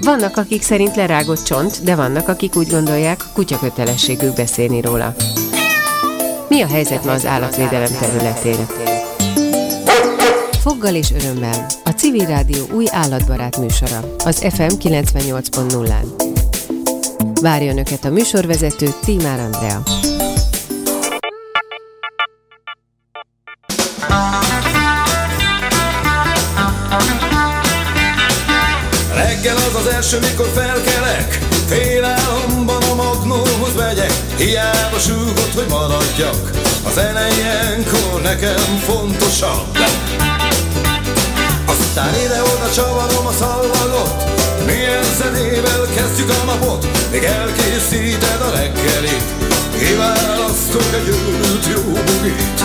Vannak, akik szerint lerágott csont, de vannak, akik úgy gondolják, kutya kötelességük beszélni róla. Mi a helyzet ma az állatvédelem területén? Foggal és örömmel, a Civil Rádió új állatbarát műsora, az FM 98.0-án. Várja Önöket a műsorvezető Tímár Andrea. Reggel az első, mikor felkelek, félálomban a magnóhoz megyek. Hiába súgott, hogy maradjak, az zene ilyenkor nekem fontosabb. Aztán ide-oda csavarom a szalvagot, milyen zenével kezdjük a napot, még elkészíted a reggelit, kiválasztok egy őrült jó bugit.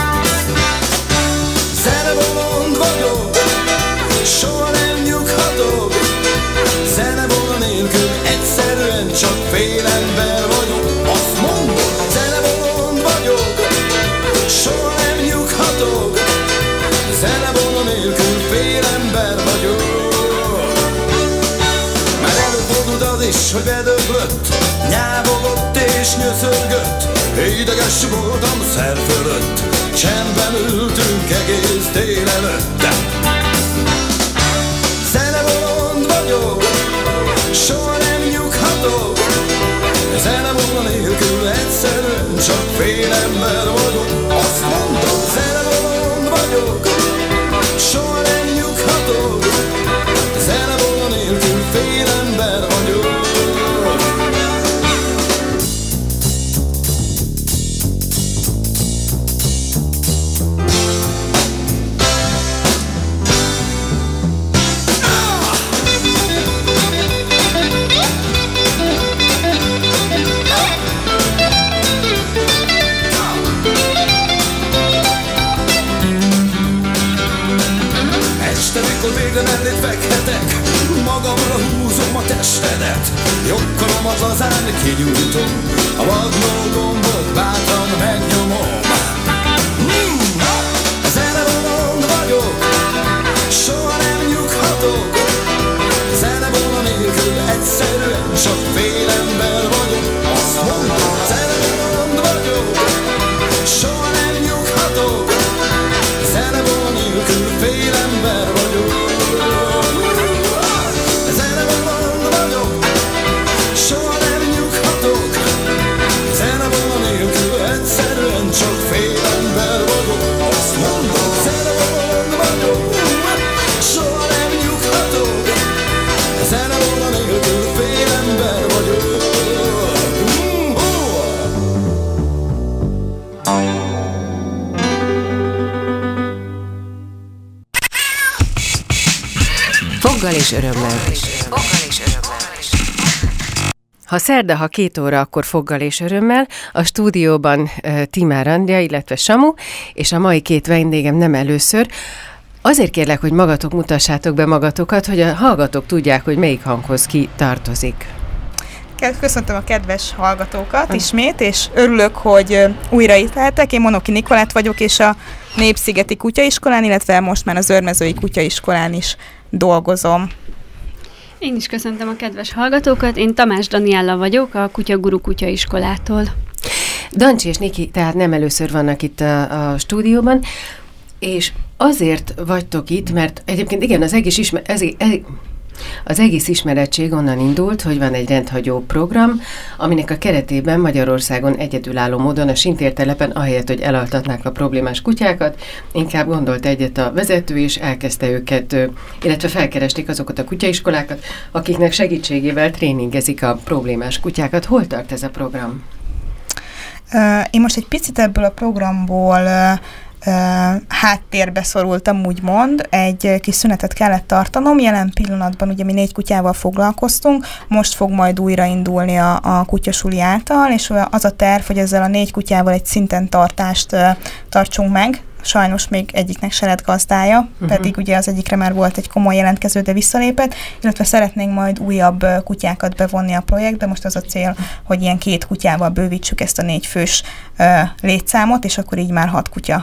Zenebolond vagyok, soha nem nyughatok, zenebona nélkül egyszerűen csak fél ember vagyok. Azt mondom, zenebolond vagyok, soha nem nyughatok, zenebona nélkül fél ember vagyok. Már előfordult az is, hogy bedöglött, nyávogott és nyöszörgött, ideges voltam szer fölött, csendben ültünk egész délelőtt. Zenebolond vagyok, soha nem nyughatok, zenebolond nélkül egyszerűen csak fél ember vagyok. Azt mondom, zenebolond vagyok, soha nem nyughatok, zenebolond nélkül fél ember vagyok. Mikor végre mellét fekhetek, magamra húzom a testedet, jogkalomat lazán kinyújtom, a magnó gombot bátran megnyomom. Zenebolond vagyok, soha nem nyughatok, zenebona nélkül egyszerűen csak fél ember vagyok. Azt mondom, zenebolond vagyok, soha nem nyughatok, zenebona nélkül fél ember vagyok. Zenebolond vagyok, soha nem nyughatok, zenebona nélkül egyszerűen csak fél ember vagyok. Azt mondom, zenebolond vagyok, soha nem nyughatok, zenebona nélkül fél ember vagyok. Foggal és örömmel. Ha szerda, ha 2 óra, akkor foggal és örömmel. A stúdióban Tímár Andrea, illetve Samu, és a mai 2 vendégem nem először. Azért kérlek, hogy magatok mutassátok be magatokat, hogy a hallgatók tudják, hogy melyik hanghoz ki tartozik. Köszöntöm a kedves hallgatókat ismét, és örülök, hogy újra itt lehetek. Én Monoki Nikolett vagyok, és a Népszigeti Kutyaiskolán, illetve most már az Örmezői Kutyaiskolán is dolgozom. Én is köszöntöm a kedves hallgatókat, én Tamás Daniella vagyok, a Kutyaguru Kutyaiskolától. Dancsi és Niki tehát nem először vannak itt a stúdióban, és azért vagytok itt, mert egyébként igen, az egész ismerettség onnan indult, hogy van egy rendhagyó program, aminek a keretében Magyarországon egyedülálló módon a Sintértelepen, ahelyett, hogy elaltatnák a problémás kutyákat, inkább gondolt egyet a vezető, és elkezdte őket, illetve felkeresték azokat a kutyaiskolákat, akiknek segítségével tréningezik a problémás kutyákat. Hol tart ez a program? Én most egy picit ebből a programból háttérbe szorultam, úgymond. Egy kis szünetet kellett tartanom. Jelen pillanatban ugye mi 4 kutyával foglalkoztunk, most fog majd újraindulni a kutyasuli által, és az a terv, hogy ezzel a 4 kutyával egy szinten tartást tartsunk meg. Sajnos még egyiknek se lett gazdája, pedig ugye az egyikre már volt egy komoly jelentkező, de visszalépett, illetve szeretnénk majd újabb kutyákat bevonni a projektbe. Most az a cél, hogy ilyen 2 kutyával bővítsük ezt a 4 fős létszámot, és akkor így már 6 kutya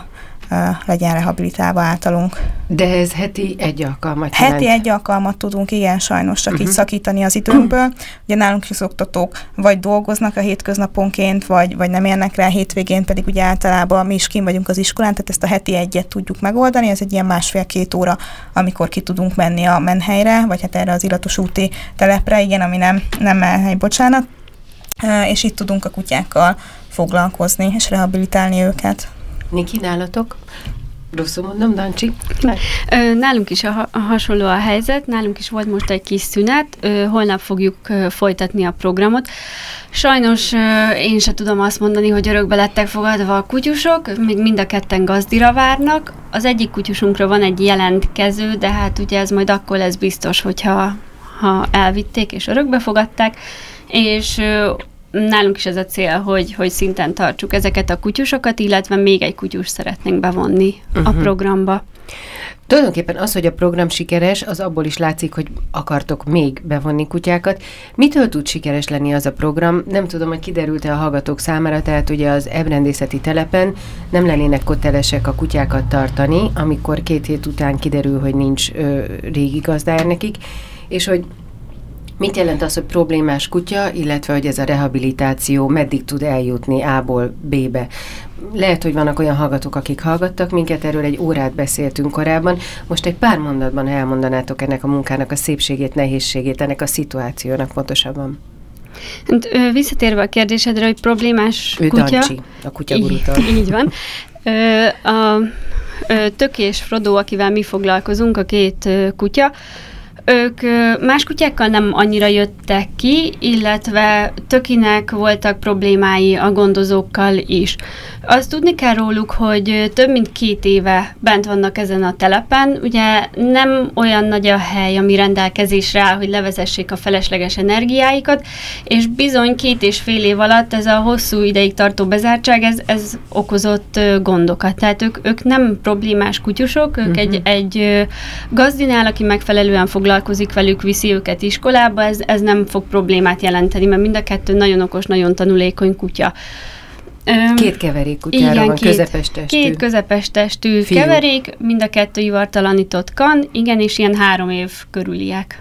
legyen rehabilitálva általunk. De ez heti egy alkalmat jelent? Heti egy alkalmat tudunk, igen, sajnos csak így szakítani az időnkből. Ugye nálunk is oktatók vagy dolgoznak a hétköznaponként, vagy nem érnek rá, hétvégén pedig ugye általában mi is kint vagyunk az iskolán, tehát ezt a heti egyet tudjuk megoldani, ez egy ilyen 1,5-2 óra, amikor ki tudunk menni a menhelyre, vagy hát erre az illatos úti telepre, igen, ami nem menhely, bocsánat, és itt tudunk a kutyákkal foglalkozni, és rehabilitálni őket. Niki, nálatok? Rosszul mondom, Dancsi? Nálunk is hasonló a helyzet, nálunk is volt most egy kis szünet, holnap fogjuk folytatni a programot. Sajnos én se tudom azt mondani, hogy örökbe lettek fogadva a kutyusok, még mind a ketten gazdira várnak. Az egyik kutyusunkra van egy jelentkező, de hát ugye ez majd akkor lesz biztos, hogyha elvitték és örökbe fogadták, és nálunk is ez a cél, hogy szinten tartsuk ezeket a kutyusokat, illetve még egy kutyus szeretnénk bevonni a programba. Tulajdonképpen az, hogy a program sikeres, az abból is látszik, hogy akartok még bevonni kutyákat. Mitől tud sikeres lenni az a program? Nem tudom, hogy kiderült-e a hallgatók számára, tehát ugye az ebrendészeti telepen nem lennének kötelesek a kutyákat tartani, amikor 2 hét után kiderül, hogy nincs régi gazdája nekik, és hogy mit jelent az, hogy problémás kutya, illetve hogy ez a rehabilitáció meddig tud eljutni A-ból B-be? Lehet, hogy vannak olyan hallgatók, akik hallgattak minket, erről egy órát beszéltünk korábban. Most egy pár mondatban elmondanátok ennek a munkának a szépségét, nehézségét, ennek a szituációnak pontosabban. Visszatérve a kérdésedre, hogy problémás ő kutya... Dancsi, a kutyagurútól. Így van. A Töki és Frodo, akivel mi foglalkozunk, a 2 kutya, ők más kutyákkal nem annyira jöttek ki, illetve Tökinek voltak problémái a gondozókkal is. Azt tudni kell róluk, hogy több mint 2 éve bent vannak ezen a telepen. Ugye nem olyan nagy a hely, ami rendelkezésre áll, hogy levezessék a felesleges energiáikat, és bizony 2,5 év alatt ez a hosszú ideig tartó bezártság, ez okozott gondokat. Tehát ők nem problémás kutyusok, ők egy gazdinál, aki megfelelően foglalkozik velük, viszi őket iskolába, ez nem fog problémát jelenteni, mert mind a 2 nagyon okos, nagyon tanulékony kutya. 2 keverék kutyára van, közepes testű. 2 közepes testű keverék, mind a 2 ivartalanított kan, igen, és ilyen 3 év körüliek.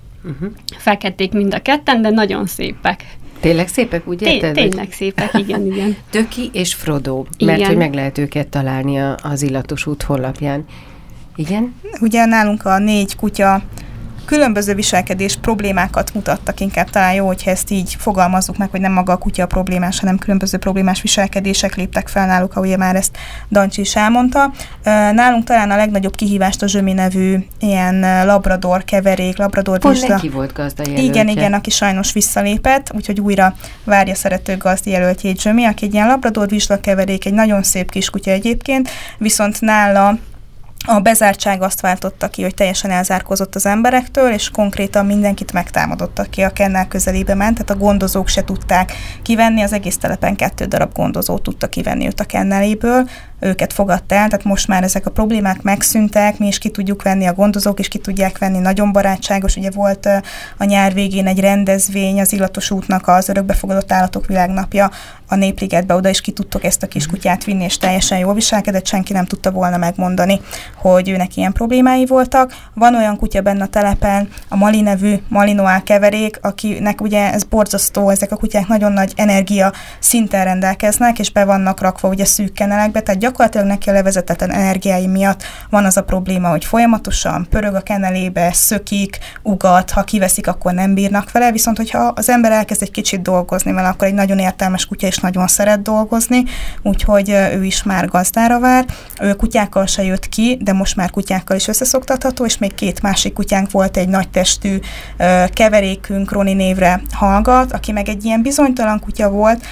Fekették mind a 2, de nagyon szépek. Tényleg szépek, úgy érted? Tényleg szépek, igen. Töki és Frodo, mert hogy meg lehet őket találni az Illatos út honlapján. Igen? Ugye nálunk a 4 kutya különböző viselkedés problémákat mutattak, inkább talán jó, hogyha ezt így fogalmazzuk meg, hogy nem maga a kutya a problémás, hanem különböző problémás viselkedések léptek fel náluk, ahogy már ezt Dancsi is elmondta. Nálunk talán a legnagyobb kihívást a Zsömi nevű ilyen labrador keverék, labrador vizsla. Pont neki volt gazdajelöltje. Igen, aki sajnos visszalépett, úgyhogy újra várja szerető gazdajelöltjét Zsömi, aki egy ilyen labrador vizsla keverék, egy nagyon szép kis kutya egyébként, viszont nála a bezártság azt váltotta ki, hogy teljesen elzárkózott az emberektől, és konkrétan mindenkit megtámadott, aki a kennel közelébe ment, tehát a gondozók se tudták kivenni, az egész telepen 2 darab gondozó tudta kivenni őt a kenneléből, őket fogadta el, tehát most már ezek a problémák megszűntek, mi is ki tudjuk venni, a gondozók is ki tudják venni, nagyon barátságos, ugye volt a nyár végén egy rendezvény, az Illatos útnak az Örökbefogadott Állatok Világnapja a Népligetbe, oda is ki tudtok ezt a kis kutyát vinni, és teljesen jól viselkedett, senki nem tudta volna megmondani, hogy őnek ilyen problémái voltak. Van olyan kutya benne a telepen, a Mali nevű Malinois keverék, akinek ugye ez borzasztó, ezek a kutyák nagyon nagy energia szinten rendelkeznek, és be vannak rakva ugye szűk kennelekbe, tehát gyakorlatilag neki a levezetetlen energiái miatt van az a probléma, hogy folyamatosan pörög a kennelébe, szökik, ugat, ha kiveszik, akkor nem bírnak vele, viszont hogyha az ember elkezd egy kicsit dolgozni vele, akkor egy nagyon értelmes kutya is nagyon szeret dolgozni, úgyhogy ő is már gazdára vár. Ő kutyákkal se jött ki, de most már kutyákkal is összeszoktatható, és még 2 másik kutyánk volt, egy nagy testű keverékünk, Roni névre hallgat, aki meg egy ilyen bizonytalan kutya volt,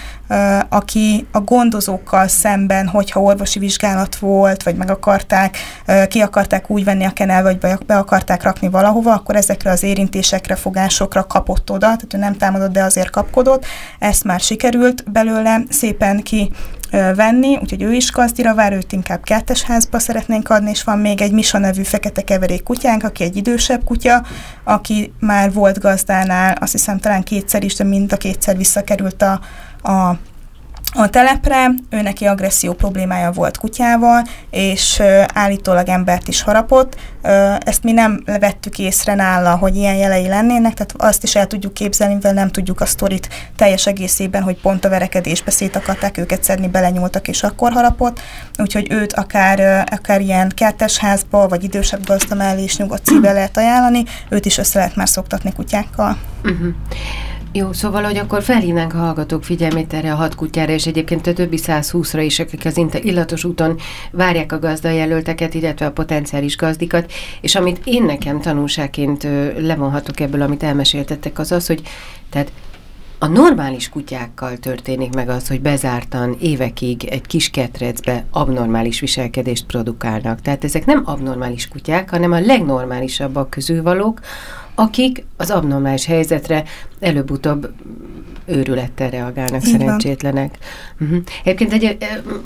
aki a gondozókkal szemben, hogyha orvosi vizsgálat volt, vagy ki akarták úgy venni a kennelbe, vagy be akarták rakni valahova, akkor ezekre az érintésekre, fogásokra kapott oda, tehát ő nem támadott, de azért kapkodott. Ezt már sikerült belőle szépen venni, úgyhogy ő is gazdira vár, őt inkább 2-es házba szeretnénk adni, és van még egy Misa nevű fekete keverék kutyánk, aki egy idősebb kutya, aki már volt gazdánál, azt hiszem talán 2-szer is, de mind a 2-szer visszakerült a telepre, ő neki agresszió problémája volt kutyával, és állítólag embert is harapott. Ezt mi nem vettük észre nála, hogy ilyen jelei lennének, tehát azt is el tudjuk képzelni, mivel nem tudjuk a sztorit teljes egészében, hogy pont a verekedésbe szét akarták őket szedni, belenyúltak, és akkor harapott. Úgyhogy őt akár ilyen kertesházba, vagy idősebb gazda mellé is nyugodt szívvel lehet ajánlani, őt is össze lehet már szoktatni kutyákkal. Uh-huh. Jó, szóval, hogy akkor felhívnánk a hallgatók figyelmét erre a 6 kutyára, és egyébként a többi 120-ra is, akik az illatos úton várják a gazdajelölteket, illetve a potenciális gazdikat, és amit én nekem tanulságként levonhatok ebből, amit elmeséltettek, az az, hogy tehát a normális kutyákkal történik meg az, hogy bezártan évekig egy kis ketrecbe abnormális viselkedést produkálnak. Tehát ezek nem abnormális kutyák, hanem a legnormálisabbak közül valók, akik az abnormális helyzetre előbb-utóbb őrülettel reagálnak, szerencsétlenek. Egyébként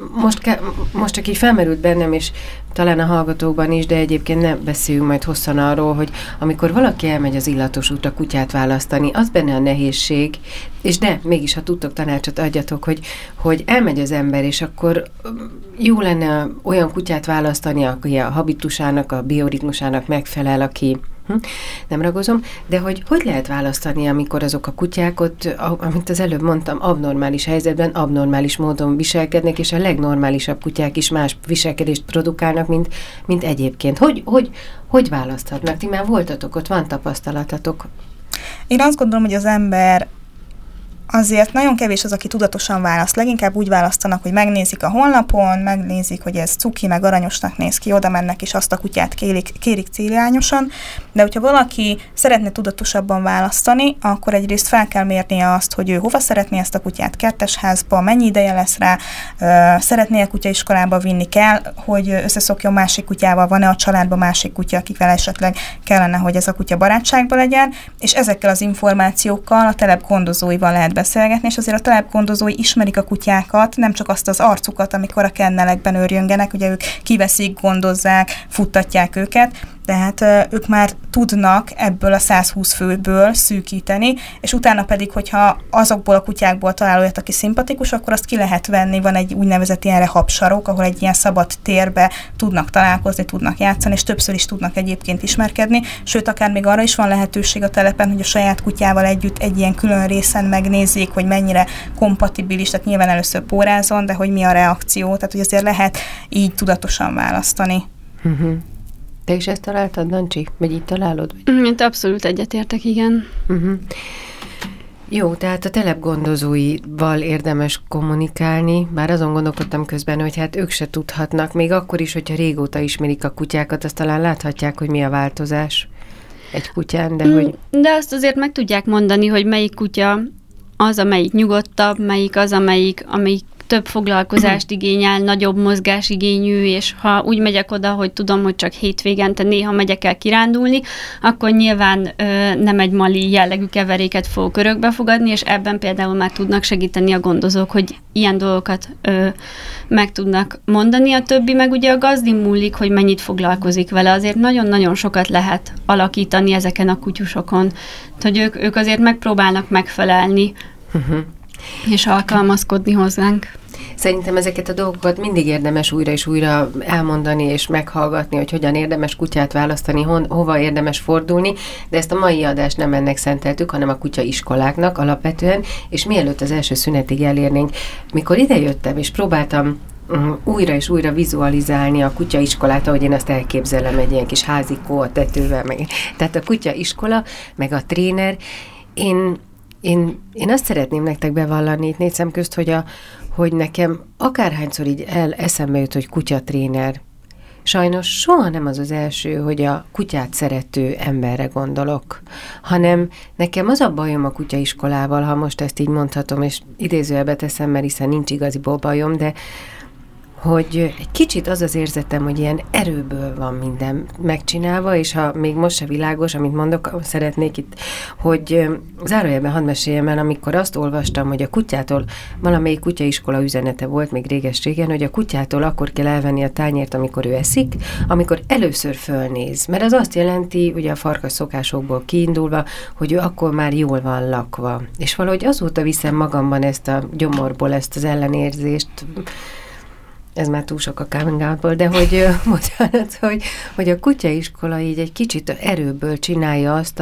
most csak így felmerült bennem, és talán a hallgatókban is, de egyébként ne beszéljünk majd hosszan arról, hogy amikor valaki elmegy az illatos útra kutyát választani, az benne a nehézség, és de mégis, ha tudtok tanácsot, adjatok, hogy elmegy az ember, és akkor jó lenne olyan kutyát választani, aki a habitusának, a bioritmusának megfelel, aki nem ragozom, de hogy lehet választani, amikor azok a kutyák ott, amit az előbb mondtam, abnormális helyzetben, abnormális módon viselkednek, és a legnormálisabb kutyák is más viselkedést produkálnak, mint egyébként. Hogy választhatnak? Ti már voltatok ott, van tapasztalatatok? Én azt gondolom, hogy az ember azért nagyon kevés az, aki tudatosan választ. Leginkább úgy választanak, hogy megnézik a honlapon, megnézik, hogy ez cuki, meg aranyosnak néz ki, oda mennek, és azt a kutyát kérik célirányosan. De hogyha valaki szeretne tudatosabban választani, akkor egyrészt fel kell mérnie azt, hogy ő hova szeretné ezt a kutyát, kertesházba, mennyi ideje lesz rá, szeretné a kutyaiskolába vinni kell, hogy összeszokjon másik kutyával, van-e a családban másik kutya, akikvel esetleg kellene, hogy ez a kutya barátságban legyen, és ezekkel az információkkal a telep gondozóival lehet beszélgetni, és azért a telepgondozói ismerik a kutyákat, nem csak azt az arcukat, amikor a kennelekben őrjöngenek, ugye ők kiveszik, gondozzák, futtatják őket, tehát ők már tudnak ebből a 120 főből szűkíteni, és utána pedig, hogyha azokból a kutyákból talál olyat, aki szimpatikus, akkor azt ki lehet venni, van egy úgynevezett ilyen rehab-sarok, ahol egy ilyen szabad térbe tudnak találkozni, tudnak játszani, és többször is tudnak egyébként ismerkedni, sőt, akár még arra is van lehetőség a telepen, hogy a saját kutyával együtt egy ilyen külön részen megnézzék, hogy mennyire kompatibilis, tehát nyilván először pórázon, de hogy mi a reakció, tehát hogy azért lehet így tudatosan választani. Te is ezt találtad, Nancsi? Vagy így találod? Mint abszolút egyetértek, igen. Jó, tehát a telepgondozóival érdemes kommunikálni, bár azon gondolkodtam közben, hogy hát ők se tudhatnak, még akkor is, hogyha régóta ismerik a kutyákat, azt talán láthatják, hogy mi a változás egy kutyán, de hogy... De azt azért meg tudják mondani, hogy melyik kutya az, amelyik nyugodtabb, melyik az, amelyik több foglalkozást igényel, nagyobb mozgásigényű, és ha úgy megyek oda, hogy tudom, hogy csak hétvégente néha megyek el kirándulni, akkor nyilván nem egy mali jellegű keveréket fogok örökbe fogadni, és ebben például már tudnak segíteni a gondozók, hogy ilyen dolgokat meg tudnak mondani. A többi meg ugye a gazdin múlik, hogy mennyit foglalkozik vele. Azért nagyon-nagyon sokat lehet alakítani ezeken a kutyusokon. Hogy ők azért megpróbálnak megfelelni, és alkalmazkodni hozzánk. Szerintem ezeket a dolgokat mindig érdemes újra és újra elmondani és meghallgatni, hogy hogyan érdemes kutyát választani, hova érdemes fordulni, de ezt a mai adást nem ennek szenteltük, hanem a kutyaiskoláknak alapvetően, és mielőtt az első szünetig elérnénk, mikor idejöttem és próbáltam újra és újra vizualizálni a kutyaiskolát, ahogy én azt elképzelem, egy ilyen kis házikó a tetővel, tehát a kutyaiskola, meg a tréner, Én azt szeretném nektek bevallani itt négy szem közt, hogy nekem akárhányszor így eszembe jut, hogy kutyatréner, sajnos soha nem az az első, hogy a kutyát szerető emberre gondolok, hanem nekem az a bajom a kutyaiskolával, ha most ezt így mondhatom, és idézőjelbe teszem, mert hiszen nincs igaziból bajom, de hogy egy kicsit az az érzetem, hogy ilyen erőből van minden megcsinálva, és ha még most se világos, amit mondok, szeretnék itt, hogy zárójelben hadd meséljem el, amikor azt olvastam, hogy a kutyától, valamelyik kutyaiskola üzenete volt még réges-régen, hogy a kutyától akkor kell elvenni a tányért, amikor ő eszik, amikor először fölnéz. Mert az azt jelenti, ugye a farkas szokásokból kiindulva, hogy ő akkor már jól van lakva. És valahogy azóta viszem magamban ezt a gyomorból, ezt az ellenérzést, ez már túl sok a coming outból, de hogy bocsánat, hogy a kutyaiskola így egy kicsit erőből csinálja azt,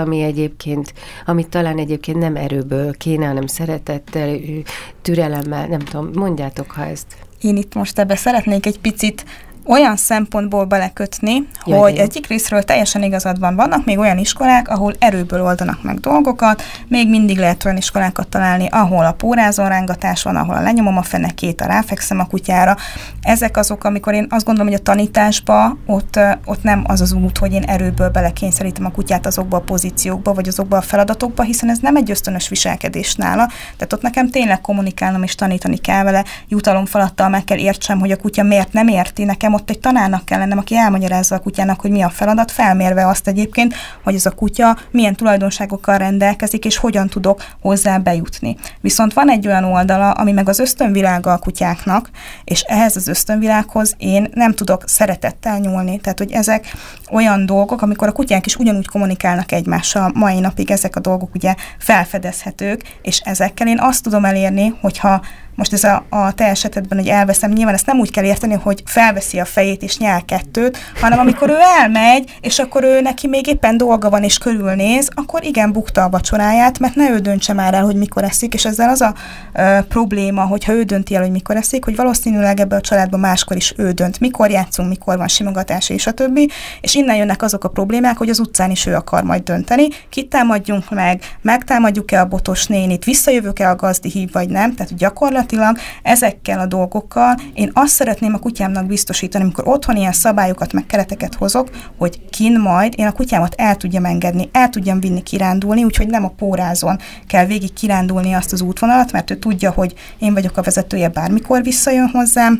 amit talán egyébként nem erőből kéne, hanem szeretettel, türelemmel, nem tudom, mondjátok, ha ezt. Én itt most ebbe szeretnék egy picit olyan szempontból belekötni, hogy egyik részről teljesen igazad van, vannak még olyan iskolák, ahol erőből oldanak meg dolgokat, még mindig lehet olyan iskolákat találni, ahol a pórázon rángatás van, ahol a lenyomom a fenekét, a ráfekszem a kutyára. Ezek azok, amikor én azt gondolom, hogy a tanításba ott nem az az út, hogy én erőből belekényszerítem a kutyát azokba a pozíciókba, vagy azokba a feladatokba, hiszen ez nem egy ösztönös viselkedés nála. Tehát ott nekem tényleg kommunikálnom és tanítani kell vele, jutalomfalattal meg kell értsem, hogy a kutya miért nem érti, nekem ott egy tanárnak kell lennem, aki elmagyarázza a kutyának, hogy mi a feladat, felmérve azt egyébként, hogy ez a kutya milyen tulajdonságokkal rendelkezik, és hogyan tudok hozzá bejutni. Viszont van egy olyan oldala, ami meg az ösztönvilága a kutyáknak, és ehhez az ösztönvilághoz én nem tudok szeretettel nyúlni. Tehát, hogy ezek olyan dolgok, amikor a kutyák is ugyanúgy kommunikálnak egymással, mai napig ezek a dolgok ugye felfedezhetők, és ezekkel én azt tudom elérni, hogyha most ez a te esetedben, hogy elveszem, nyilván ezt nem úgy kell érteni, hogy felveszi a fejét és nyel kettőt, hanem amikor ő elmegy, és akkor ő neki még éppen dolga van és körülnéz, akkor igen, bukta a vacsoráját, mert ne ő döntse már el, hogy mikor eszik, és ezzel az a probléma, hogyha ő dönti el, hogy mikor eszik, hogy valószínűleg ebben a családban máskor is ő dönt, mikor játszunk, mikor van simogatás és a többi, és innen jönnek azok a problémák, hogy az utcán is ő akar majd dönteni, kit támadjunk meg, megtámadjuk-e a botos nénit, visszajövök-e a gazdi hív, vagy nem, tehát gyakorlatilag ezekkel a dolgokkal én azt szeretném a kutyámnak biztosítani, amikor otthon ilyen szabályokat, meg kereteket hozok, hogy kin majd én a kutyámat el tudjam engedni, el tudjam vinni kirándulni, úgyhogy nem a pórázon kell végig kirándulni azt az útvonalat, mert ő tudja, hogy én vagyok a vezetője, bármikor visszajön hozzám,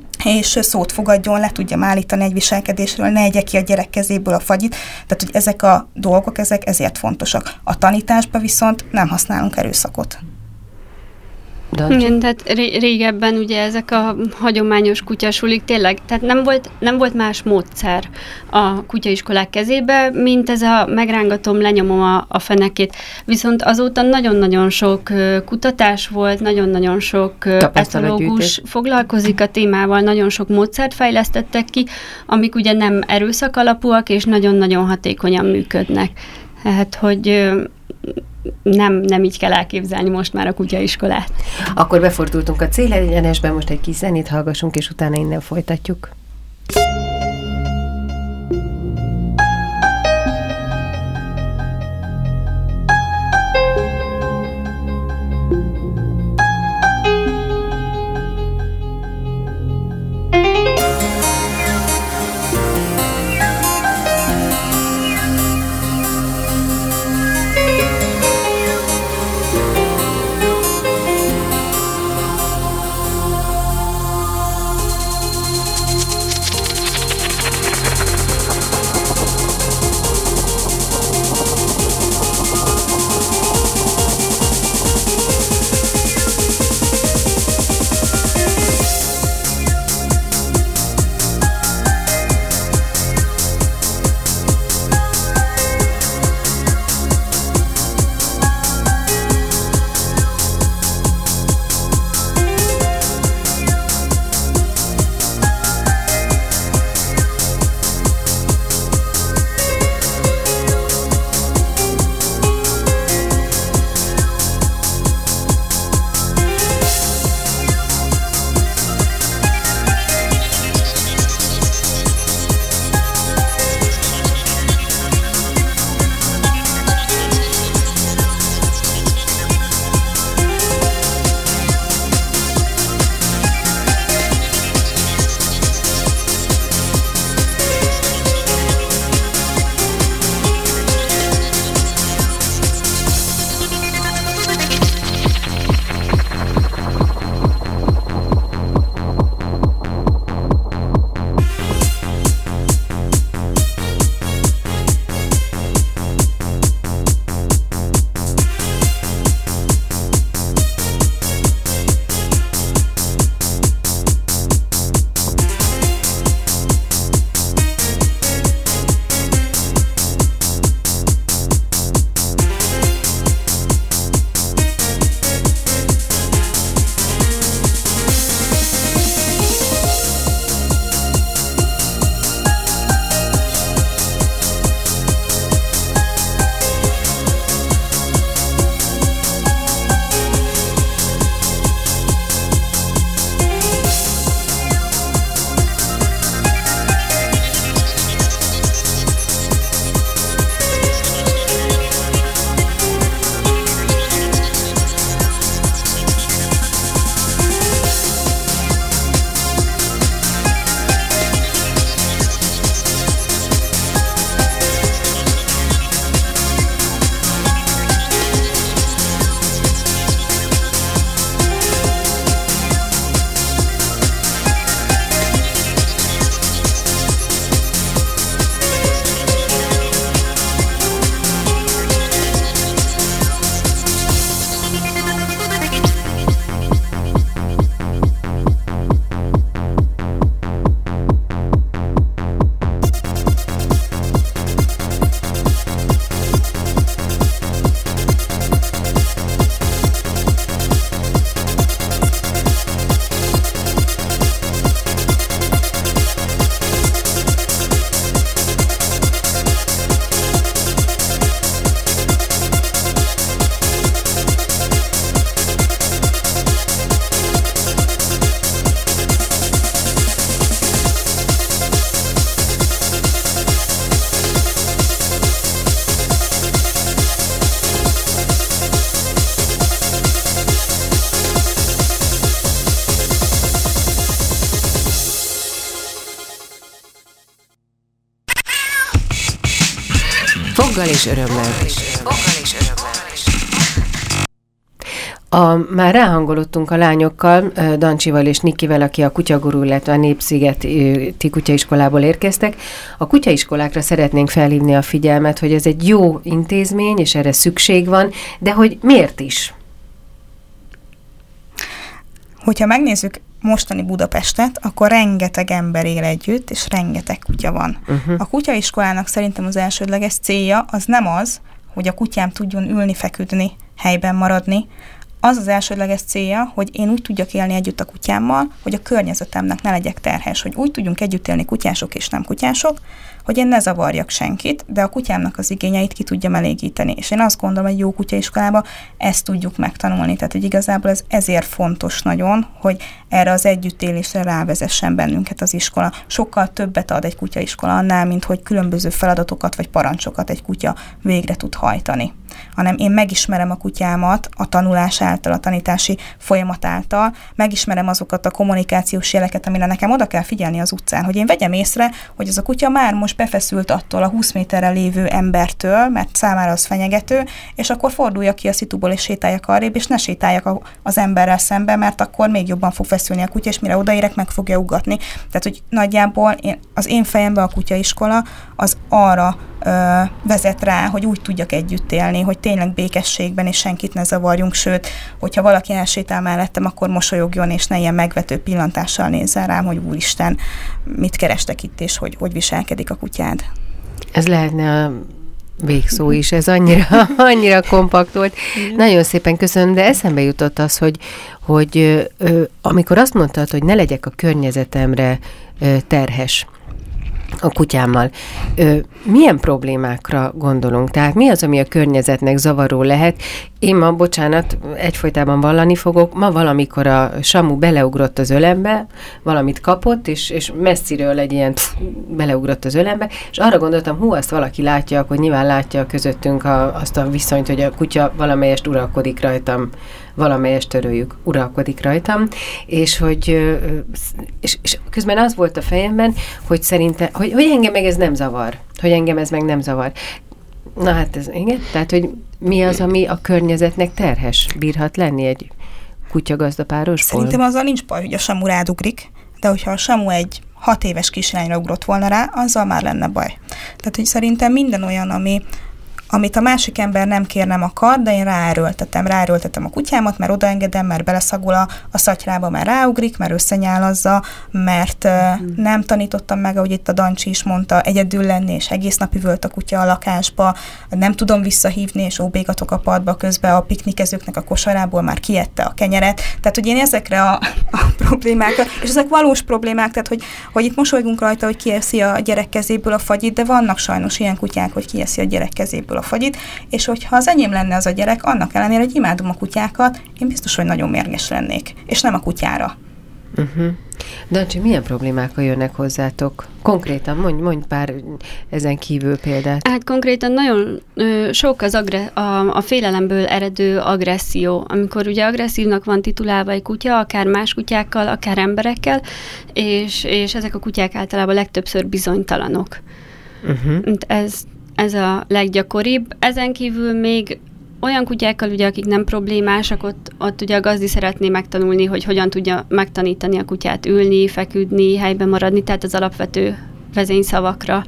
és szót fogadjon, le tudjam állítani egy viselkedésről, ne egye ki a gyerek kezéből a fagyit. Tehát, hogy ezek a dolgok, ezek ezért fontosak. A tanításban viszont nem használunk erőszakot. Igen, tehát régebben ugye ezek a hagyományos kutyasulik tényleg, tehát nem volt más módszer a kutyaiskolák kezébe, mint ez a megrángatom, lenyomom a fenekét. Viszont azóta nagyon-nagyon sok kutatás volt, nagyon-nagyon sok etológus foglalkozik a témával, nagyon sok módszert fejlesztettek ki, amik ugye nem erőszak alapúak, és nagyon-nagyon hatékonyan működnek. Tehát, hogy nem így kell elképzelni most már a kutyaiskolát. Akkor befordultunk a célegyenesbe, most egy kis zenét hallgassunk, és utána innen folytatjuk. Foggal és örömmel. Már ráhangolottunk a lányokkal, Dancsival és Nikivel, aki a Kutyagurú, illetve a Népszigeti kutyaiskolából érkeztek. A kutyaiskolákra szeretnénk felhívni a figyelmet, hogy ez egy jó intézmény, és erre szükség van, de hogy miért is? Hogyha megnézzük mostani Budapestet, akkor rengeteg ember él együtt, és rengeteg kutya van. A kutyaiskolának szerintem az elsődleges célja az nem az, hogy a kutyám tudjon ülni, feküdni, helyben maradni. Az az elsődleges célja, hogy én úgy tudjak élni együtt a kutyámmal, hogy a környezetemnek ne legyek terhes, hogy úgy tudjunk együtt élni kutyások és nem kutyások, hogy én ne zavarjak senkit, de a kutyámnak az igényeit ki tudjam elégíteni. És én azt gondolom, hogy jó kutyaiskolában ezt tudjuk megtanulni. Tehát, hogy igazából ez ezért fontos nagyon, hogy erre az együttélésre rávezessen bennünket az iskola. Sokkal többet ad egy kutyaiskola annál, mint hogy különböző feladatokat vagy parancsokat egy kutya végre tud hajtani. Hanem én megismerem a kutyámat a tanulás által, a tanítási folyamat által, megismerem azokat a kommunikációs jeleket, amire nekem oda kell figyelni az utcán, hogy én vegyem észre, hogy az a kutya már most befeszült attól a 20 méterre lévő embertől, mert számára az fenyegető, és akkor forduljak ki a szituból, és sétáljak arrébb, és ne sétáljak az emberrel szembe, mert akkor még jobban fog feszülni a kutya, és mire odaérek, meg fogja ugatni. Tehát, hogy nagyjából az én fejemben a kutyaiskola az arra vezet rá, hogy úgy tudjak együtt élni, hogy tényleg békességben, és senkit ne zavarjunk, sőt, hogyha valaki elsétál mellettem, akkor mosolyogjon, és ne ilyen megvető pillantással nézzen rám, hogy úristen, mit kerestek itt, és hogy viselkedik a kutyád. Ez lehetne a végszó is, ez annyira kompakt volt. Nagyon szépen köszönöm, de eszembe jutott az, hogy amikor azt mondtad, hogy ne legyek a környezetemre terhes a kutyámmal, milyen problémákra gondolunk? Tehát mi az, ami a környezetnek zavaró lehet? Én ma, bocsánat, egyfolytában vallani fogok, ma valamikor a Samu beleugrott az ölembe, valamit kapott, és messziről egy ilyen beleugrott az ölembe, és arra gondoltam, azt valaki látja, akkor nyilván látja közöttünk azt a viszonyt, hogy a kutya valamelyest uralkodik rajtam, valamelyest törőjük, uralkodik rajtam, és közben az volt a fejemben, hogy szerintem, hogy engem meg ez nem zavar, hogy engem ez meg nem zavar. Na hát ez, igen, tehát, hogy mi az, ami a környezetnek terhes bírhat lenni egy kutyagazdapárosból? Szerintem azzal nincs baj, hogy a Samu rádugrik, de hogyha a Samu egy 6 éves kislányra ugrott volna rá, azzal már lenne baj. Tehát, hogy szerintem minden olyan, amit a másik ember nem kér, nem akar, de én ráerőltetem a kutyámat, mert odaengedem, mert beleszagol a szatyrába, mert ráugrik, mert összenyálazza, mert nem tanítottam meg, ahogy itt a Dancsi is mondta, egyedül lenni, és egész nap üvölt a kutya a lakásba, nem tudom visszahívni, és óbégatok a padba, közben a piknikezőknek a kosarából már kiette a kenyeret. Tehát, hogy én ezekre a problémákra, és ezek valós problémák, tehát, hogy itt mosolygunk rajta, hogy kieszi a gyerek kezéből a fagyit, de vannak sajnos ilyen kutyák, hogy kieszi a gyerek kezéből a fagyit, és hogyha az enyém lenne az a gyerek, annak ellenére, hogy imádom a kutyákat, én biztos, hogy nagyon mérges lennék, és nem a kutyára. Dancsi, milyen problémákkal jönnek hozzátok? Konkrétan, mondj pár ezen kívül példát. Hát konkrétan nagyon sok a félelemből eredő agresszió, amikor ugye agresszívnak van titulálva egy kutya, akár más kutyákkal, akár emberekkel, és ezek a kutyák általában legtöbbször bizonytalanok. Ez a leggyakoribb. Ezen kívül még olyan kutyákkal, ugye, akik nem problémásak, ott ugye a gazdi szeretné megtanulni, hogy hogyan tudja megtanítani a kutyát ülni, feküdni, helyben maradni, tehát az alapvető vezényszavakra.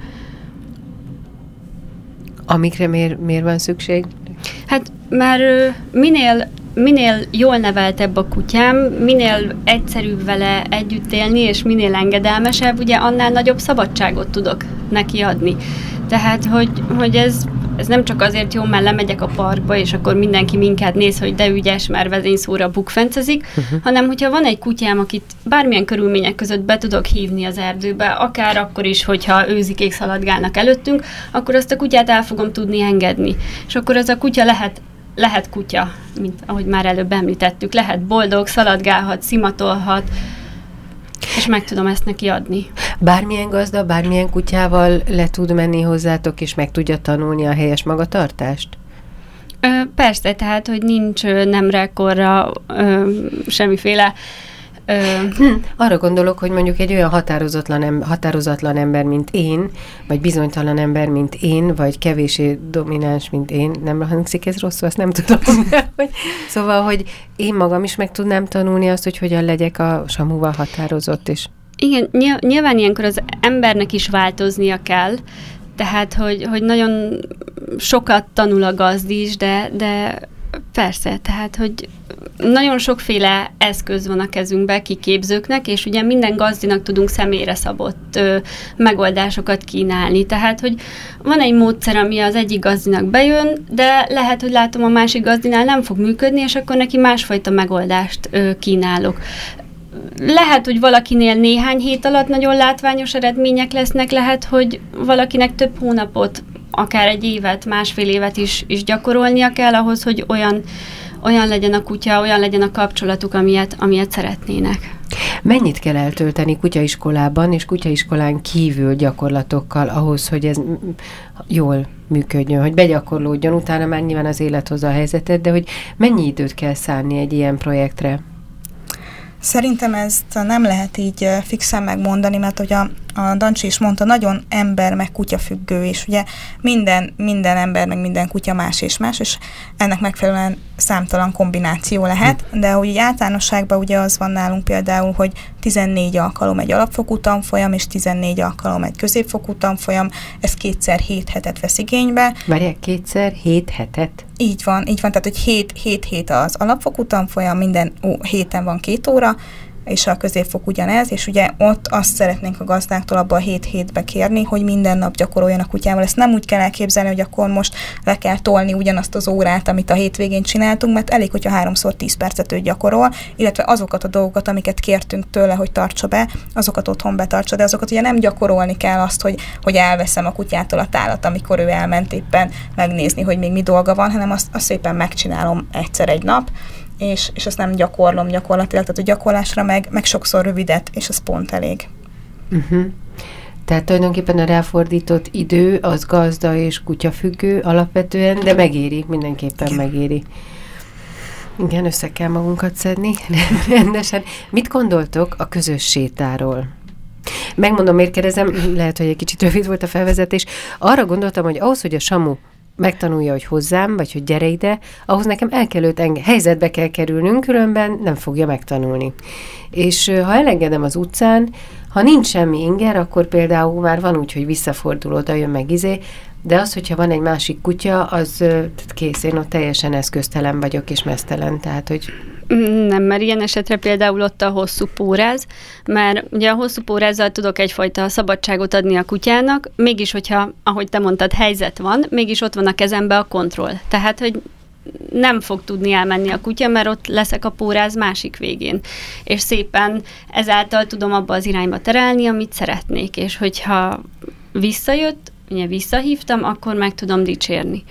Amikre miért van szükség? Hát már minél jól neveltebb a kutyám, minél egyszerűbb vele együtt élni, és minél engedelmesebb, ugye annál nagyobb szabadságot tudok neki adni. Tehát, hogy ez nem csak azért jó, mert lemegyek a parkba, és akkor mindenki minket néz, hogy de ügyes, mert vezényszóra bukfencezik, hanem hogyha van egy kutyám, akit bármilyen körülmények között be tudok hívni az erdőbe, akár akkor is, hogyha őzikék szaladgálnak előttünk, akkor azt a kutyát el fogom tudni engedni. És akkor az a kutya lehet kutya, mint ahogy már előbb említettük, lehet boldog, szaladgálhat, szimatolhat, és meg tudom ezt neki adni. Bármilyen gazda, bármilyen kutyával le tud menni hozzátok, és meg tudja tanulni a helyes magatartást? Persze, tehát, hogy nincs nemre, korra, semmiféle Arra gondolok, hogy mondjuk egy olyan határozatlan ember, mint én, vagy bizonytalan ember, mint én, vagy kevéssé domináns, mint én, nem hangzik ez rosszul, azt nem tudom. Szóval, hogy én magam is meg tudnám tanulni azt, hogy hogyan legyek a Samuval határozott is. Igen, nyilván ilyenkor az embernek is változnia kell, tehát, hogy nagyon sokat tanul a gazdi is, de persze, tehát, hogy nagyon sokféle eszköz van a kezünkben kiképzőknek, és ugye minden gazdinak tudunk személyre szabott megoldásokat kínálni. Tehát, hogy van egy módszer, ami az egyik gazdinak bejön, de lehet, hogy látom a másik gazdinál nem fog működni, és akkor neki másfajta megoldást kínálok. Lehet, hogy valakinél néhány hét alatt nagyon látványos eredmények lesznek, lehet, hogy valakinek több hónapot, akár egy évet, másfél évet is gyakorolnia kell ahhoz, hogy olyan legyen a kutya, olyan legyen a kapcsolatuk, amilyet szeretnének. Mennyit kell eltölteni kutyaiskolában és kutyaiskolán kívül gyakorlatokkal ahhoz, hogy ez jól működjön, hogy begyakorlódjon, utána már nyilván az élet hozza a helyzetet, de hogy mennyi időt kell szánni egy ilyen projektre? Szerintem ezt nem lehet így fixen megmondani, mert hogy a Dancsi is mondta, nagyon ember meg kutya függő, és ugye minden ember meg minden kutya más, és ennek megfelelően számtalan kombináció lehet, de hogy így általánosságban ugye az van nálunk például, hogy 14 alkalom egy alapfokú tanfolyam, és 14 alkalom egy középfokú tanfolyam, ez 2x 7 hetet vesz igénybe. Várják, 2x 7 hetet? Így van, tehát hogy 7 hét az alapfokú tanfolyam, minden héten van 2 óra, és a középfok ugyanez, és ugye ott azt szeretnénk a gazdáktól abban a 7 hétbe kérni, hogy minden nap gyakoroljon a kutyával. Ezt nem úgy kell elképzelni, hogy akkor most le kell tolni ugyanazt az órát, amit a hétvégén csináltunk, mert elég, hogyha 3x10 percet ő gyakorol, illetve azokat a dolgokat, amiket kértünk tőle, hogy tartsa be, azokat otthon betartsa, de azokat ugye nem gyakorolni kell azt, hogy elveszem a kutyától a tálat, amikor ő elment éppen megnézni, hogy még mi dolga van, hanem azt szépen megcsinálom egyszer egy nap, és azt nem gyakorlom gyakorlatilag, tehát a gyakorlásra meg sokszor rövidet, és az pont elég. Tehát tulajdonképpen a ráfordított idő az gazda és kutya függő alapvetően, de megéri, mindenképpen megéri. Igen, össze kell magunkat szedni rendesen. Mit gondoltok a közös sétáról? Megmondom, miért kérdezem, lehet, hogy egy kicsit rövid volt a felvezetés. Arra gondoltam, hogy ahhoz, hogy a Samu megtanulja, hogy hozzám, vagy hogy gyere ide, ahhoz nekem el kell őt helyzetbe kell kerülnünk, különben nem fogja megtanulni. És ha elengedem az utcán, ha nincs semmi inger, akkor például már van úgy, hogy visszafordul, oda jön meg de az, hogyha van egy másik kutya, az kész, én ott teljesen eszköztelen vagyok, és meztelen, tehát, hogy... Nem, mert ilyen esetre például ott a hosszú póráz, mert ugye a hosszú pórázzal tudok egyfajta szabadságot adni a kutyának, mégis, hogyha, ahogy te mondtad, helyzet van, mégis ott van a kezembe a kontroll. Tehát, hogy nem fog tudni elmenni a kutya, mert ott leszek a póráz másik végén. És szépen ezáltal tudom abba az irányba terelni, amit szeretnék, és hogyha visszajött, ugye visszahívtam, akkor meg tudom dicsérni.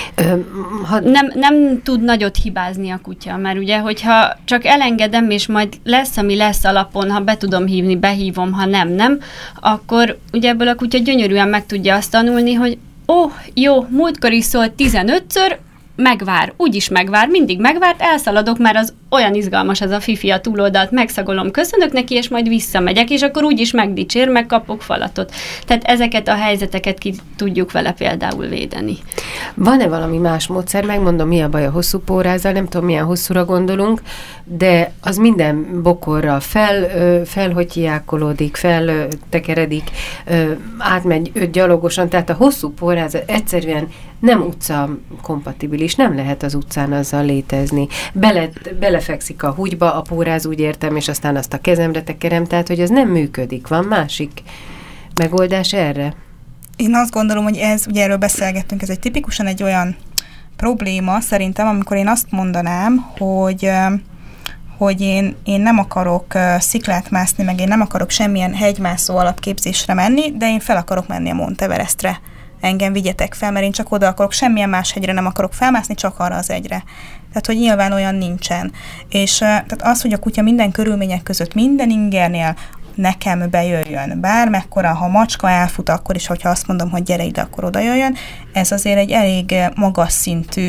Nem tud nagyot hibázni a kutya, mert ugye, hogyha csak elengedem, és majd lesz, ami lesz alapon, ha be tudom hívni, behívom, ha nem, akkor ugye ebből a kutya gyönyörűen meg tudja azt tanulni, hogy jó, múltkor is szólt 15-ször, megvár, úgyis megvár, mindig megvárt, elszaladok, mert az olyan izgalmas az a fifi a túloldalt, megszagolom, köszönök neki, és majd visszamegyek, és akkor úgyis megdicsér, megkapok falatot. Tehát ezeket a helyzeteket ki tudjuk vele például védeni. Van-e valami más módszer? Megmondom, mi a baj a hosszú pórázzal, nem tudom, milyen hosszúra gondolunk, de az minden bokorra felhotyjákolódik, feltekeredik, átmegy gyalogosan, tehát a hosszú póráz egyszerűen nem utca kompatibilis, nem lehet az utcán azzal létezni. Belefekszik a húgyba, a póráz, úgy értem, és aztán azt a kezemre tekerem, tehát, hogy az nem működik. Van másik megoldás erre? Én azt gondolom, hogy ugye erről beszélgettünk, ez tipikusan egy olyan probléma szerintem, amikor én azt mondanám, hogy én nem akarok sziklát mászni, meg én nem akarok semmilyen hegymászó alapképzésre menni, de én fel akarok menni a Mount Everestre. Engem vigyetek fel, mert én csak oda akarok, semmilyen más hegyre nem akarok felmászni, csak arra az egyre. Tehát, hogy nyilván olyan nincsen. És tehát az, hogy a kutya minden körülmények között, minden ingernél nekem bejöjjön, bármekkora, ha macska elfut, akkor is, hogyha azt mondom, hogy gyere ide, akkor oda jöjjön, ez azért egy elég magas szintű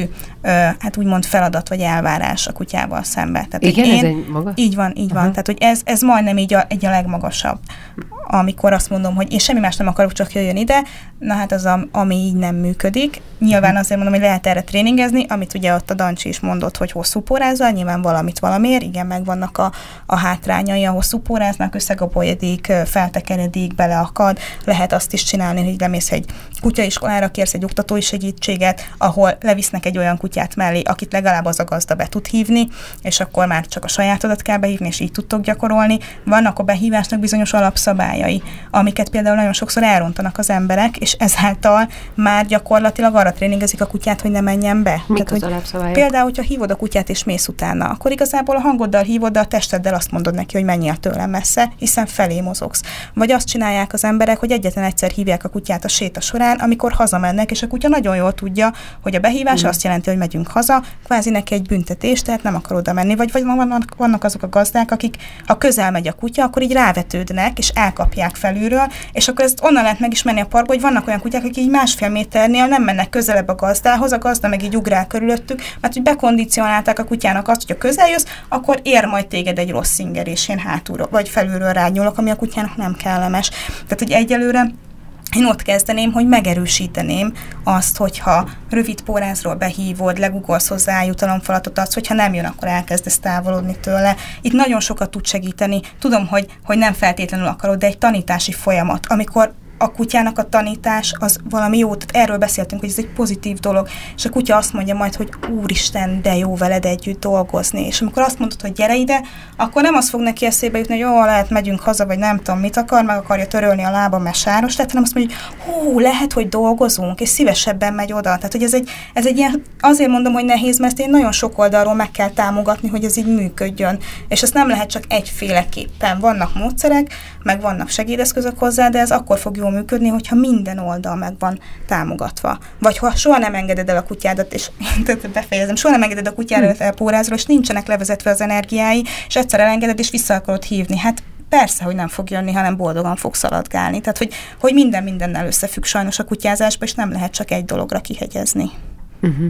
hát úgymond feladat vagy elvárás a kutyával szemben. Tehát, igen, ez egy maga? Így van. Tehát, hogy ez majdnem így a legmagasabb. Amikor azt mondom, hogy én semmi más nem akarok, csak jöjjön ide, na hát az, ami így nem működik. Nyilván azért mondom, hogy lehet erre tréningezni, amit ugye ott a Dancsi is mondott, hogy hosszú pórázzal, nyilván valamit valamiért, igen, megvannak a hátrányai, a hosszú póráznak, összegapolyodik, feltekeredik, beleakad, lehet azt is csinálni, hogy lemész egy kutyaiskolára, kérsz egy oktatói segítséget, ahol levisznek egy olyan kutyát mellé, akit legalább az a gazda be tud hívni, és akkor már csak a sajátodat kell behívni, és így tudtok gyakorolni. Vannak a behívásnak bizonyos alapszabályai, amiket például nagyon sokszor elrontanak az emberek, és ezáltal már gyakorlatilag arra tréningezik a kutyát, hogy ne menjen be. Mik az alapszabályok? Például, hogyha hívod a kutyát és mész utána, akkor igazából a hangoddal hívod, de a testeddel azt mondod neki, hogy menjél tőlem messze, hiszen felé mozogsz. Vagy azt csinálják az emberek, hogy egyetlen egyszer hívják a kutyát a séta során, amikor hazamennek, és a kutya nagyon jól tudja, hogy a behívás azt jelenti, hogy megyünk haza, kvázi neki egy büntetés, tehát nem akar oda menni. Vagy vannak azok a gazdák, akik ha közel megy a kutya, akkor így rávetődnek, és elkapják felülről, és akkor ezt onnan lehet megismerni a parkban, hogy vannak olyan kutyák, akik így 1,5 méternél nem mennek közelebb a gazdához, a gazda meg így ugrál körülöttük, mert hogy bekondicionálták a kutyának azt, hogy ha közel jössz, akkor ér majd téged egy rossz inger, és én hátulról vagy felülről rányúlok, ami a kutyának nem kellemes. Tehát, hogy egyelőre én ott kezdeném, hogy megerősíteném azt, hogyha rövid pórázról behívod, legugolsz hozzá jutalomfalatot adsz, hogyha nem jön, akkor elkezdesz távolodni tőle. Itt nagyon sokat tud segíteni. Tudom, hogy nem feltétlenül akarod, de egy tanítási folyamat, amikor a kutyának a tanítás az valami jó, tehát erről beszéltünk, hogy ez egy pozitív dolog, és a kutya azt mondja majd, hogy úristen, de jó veled együtt dolgozni, és amikor azt mondod, hogy gyere ide, akkor nem az fog neki eszébe jutni, hogy jó, lehet, megyünk haza, vagy nem tudom, mit akar, meg akarja törölni a lába, mert sáros lett, hanem azt mondja, hogy lehet, hogy dolgozunk, és szívesebben megy oda. Tehát, hogy ez egy ilyen, azért mondom, hogy nehéz, mert én nagyon sok oldalról meg kell támogatni, hogy ez így működjön, és ezt nem lehet csak egyféleképpen. Vannak módszerek, meg vannak segédeszközök hozzá, de ez akkor fog jól működni, hogyha minden oldal meg van támogatva. Vagy ha soha nem engeded el a kutyádat, és befejezem, soha nem engeded a kutyádat el pórázról, és nincsenek levezetve az energiái, és egyszer elengeded, és vissza akarod hívni. Hát persze, hogy nem fog jönni, hanem boldogan fog szaladgálni. Tehát, hogy minden mindennel összefügg sajnos a kutyázásba, és nem lehet csak egy dologra kihegyezni. Uh-huh.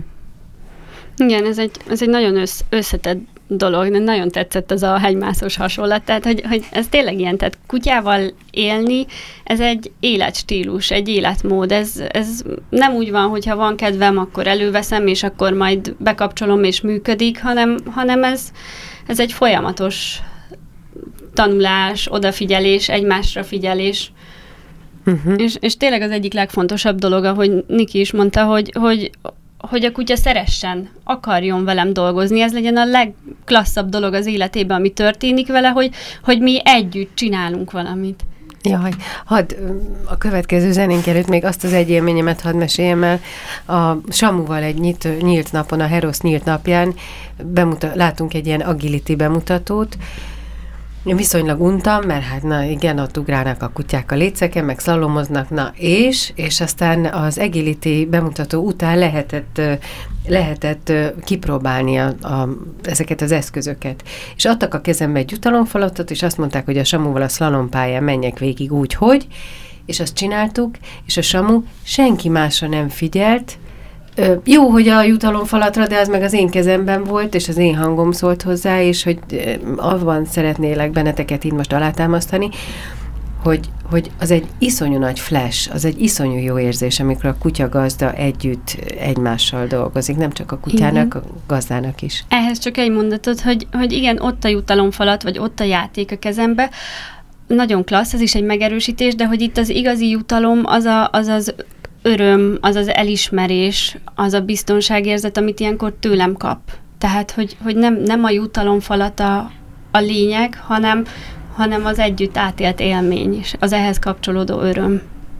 Igen, ez egy nagyon összetett dolog, de nagyon tetszett az a hegymászós hasonlat, tehát hogy ez tényleg ilyen, tehát kutyával élni, ez egy életstílus, egy életmód, ez nem úgy van, hogyha van kedvem, akkor előveszem, és akkor majd bekapcsolom, és működik, hanem ez egy folyamatos tanulás, odafigyelés, egymásra figyelés, és tényleg az egyik legfontosabb dolog, ahogy Niki is mondta, hogy a kutya szeressen, akarjon velem dolgozni, ez legyen a legklasszabb dolog az életében, ami történik vele, hogy mi együtt csinálunk valamit. Jaj, a következő zenénk előtt még azt az egy élményemet hadd meséljem el. A Samuval egy nyílt napon, a Herosz nyílt napján látunk egy ilyen agility bemutatót. Én viszonylag untam, mert hát na igen, ott ugrálnak a kutyák a léceken, meg szlalomoznak, és aztán az agility bemutató után lehetett kipróbálni ezeket az eszközöket. És adtak a kezembe egy jutalomfalatot, és azt mondták, hogy a Samuval a szlalompályán menjek végig úgy, hogy, és azt csináltuk, és a Samu senki másra nem figyelt. Jó, hogy a jutalomfalatra, de az meg az én kezemben volt, és az én hangom szólt hozzá, és hogy abban szeretnélek benneteket így most alátámasztani, hogy az egy iszonyú nagy flash, az egy iszonyú jó érzés, amikor a kutyagazda együtt egymással dolgozik, nem csak a kutyának, a gazdának is. Ehhez csak egy mondatot, hogy igen, ott a jutalomfalat, vagy ott a játék a kezembe, nagyon klassz, ez is egy megerősítés, de hogy itt az igazi jutalom az öröm, az az elismerés, az a biztonságérzet, amit ilyenkor tőlem kap. Tehát, hogy nem a jutalomfalat a lényeg, hanem az együtt átélt élmény, és az ehhez kapcsolódó öröm.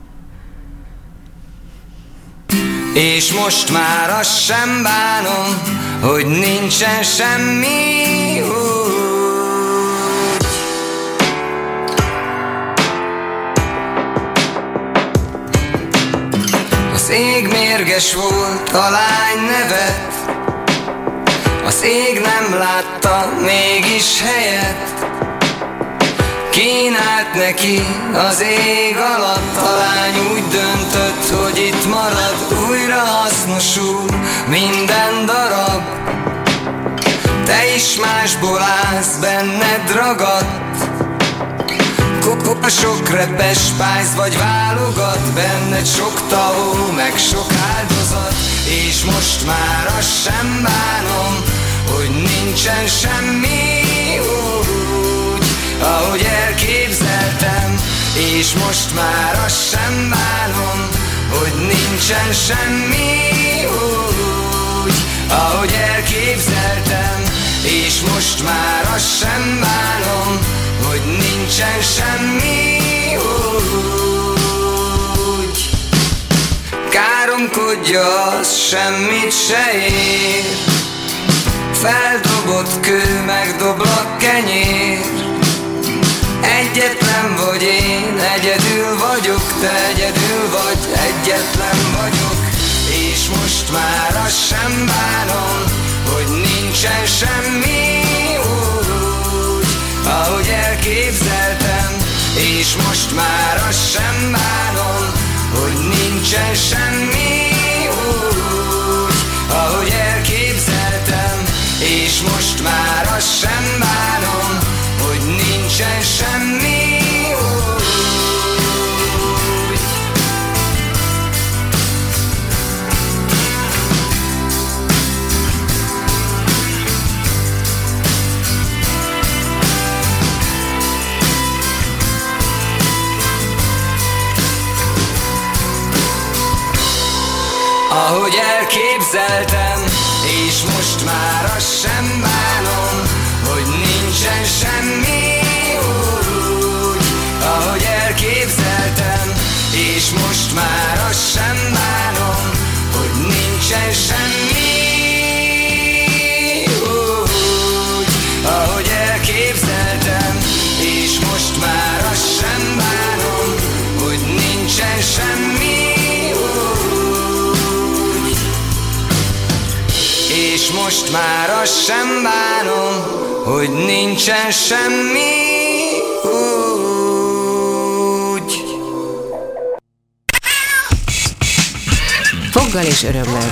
És most már azt sem bánom, hogy nincsen semmi úgy. Az ég mérges volt, a lány nevet, az ég nem látta mégis helyet. kínált neki az ég alatt. A lány úgy döntött, hogy itt marad, újra hasznosul minden darab. Te is másból állsz, benned ragadt. Sok repes pályz vagy válogat, benned sok tahó, meg sok áldozat. És most már azt sem bánom, hogy nincsen semmi úgy, ahogy elképzeltem. És most már azt sem bánom, hogy nincsen semmi úgy, ahogy elképzeltem. És most már azt sem bánom, hogy nincsen semmi úgy. Káromkodja, az semmit se ér. Feldobott kő, meg doblak kenyér. Egyetlen vagy én, egyedül vagyok, te egyedül vagy, egyetlen vagyok. És most már azt sem bánom, hogy nincsen semmi úgy, ahogy elképzeltem. És most már azt sem bánom, hogy nincsen semmi úgy, ahogy elképzeltem. És most már azt sem bánom, hogy nincsen semmi úgy. Ahogy elképzeltem, és most már azt sem bánom, hogy nincsen semmi úgy, ahogy elképzeltem. És most már azt sem bánom, hogy nincsen semmi úgy, ahogy elképzeltem. És most már azt sem bánom, hogy nincsen semmi. És most már azt sem bánom, hogy nincsen semmi úgy. Foggal és örömmel.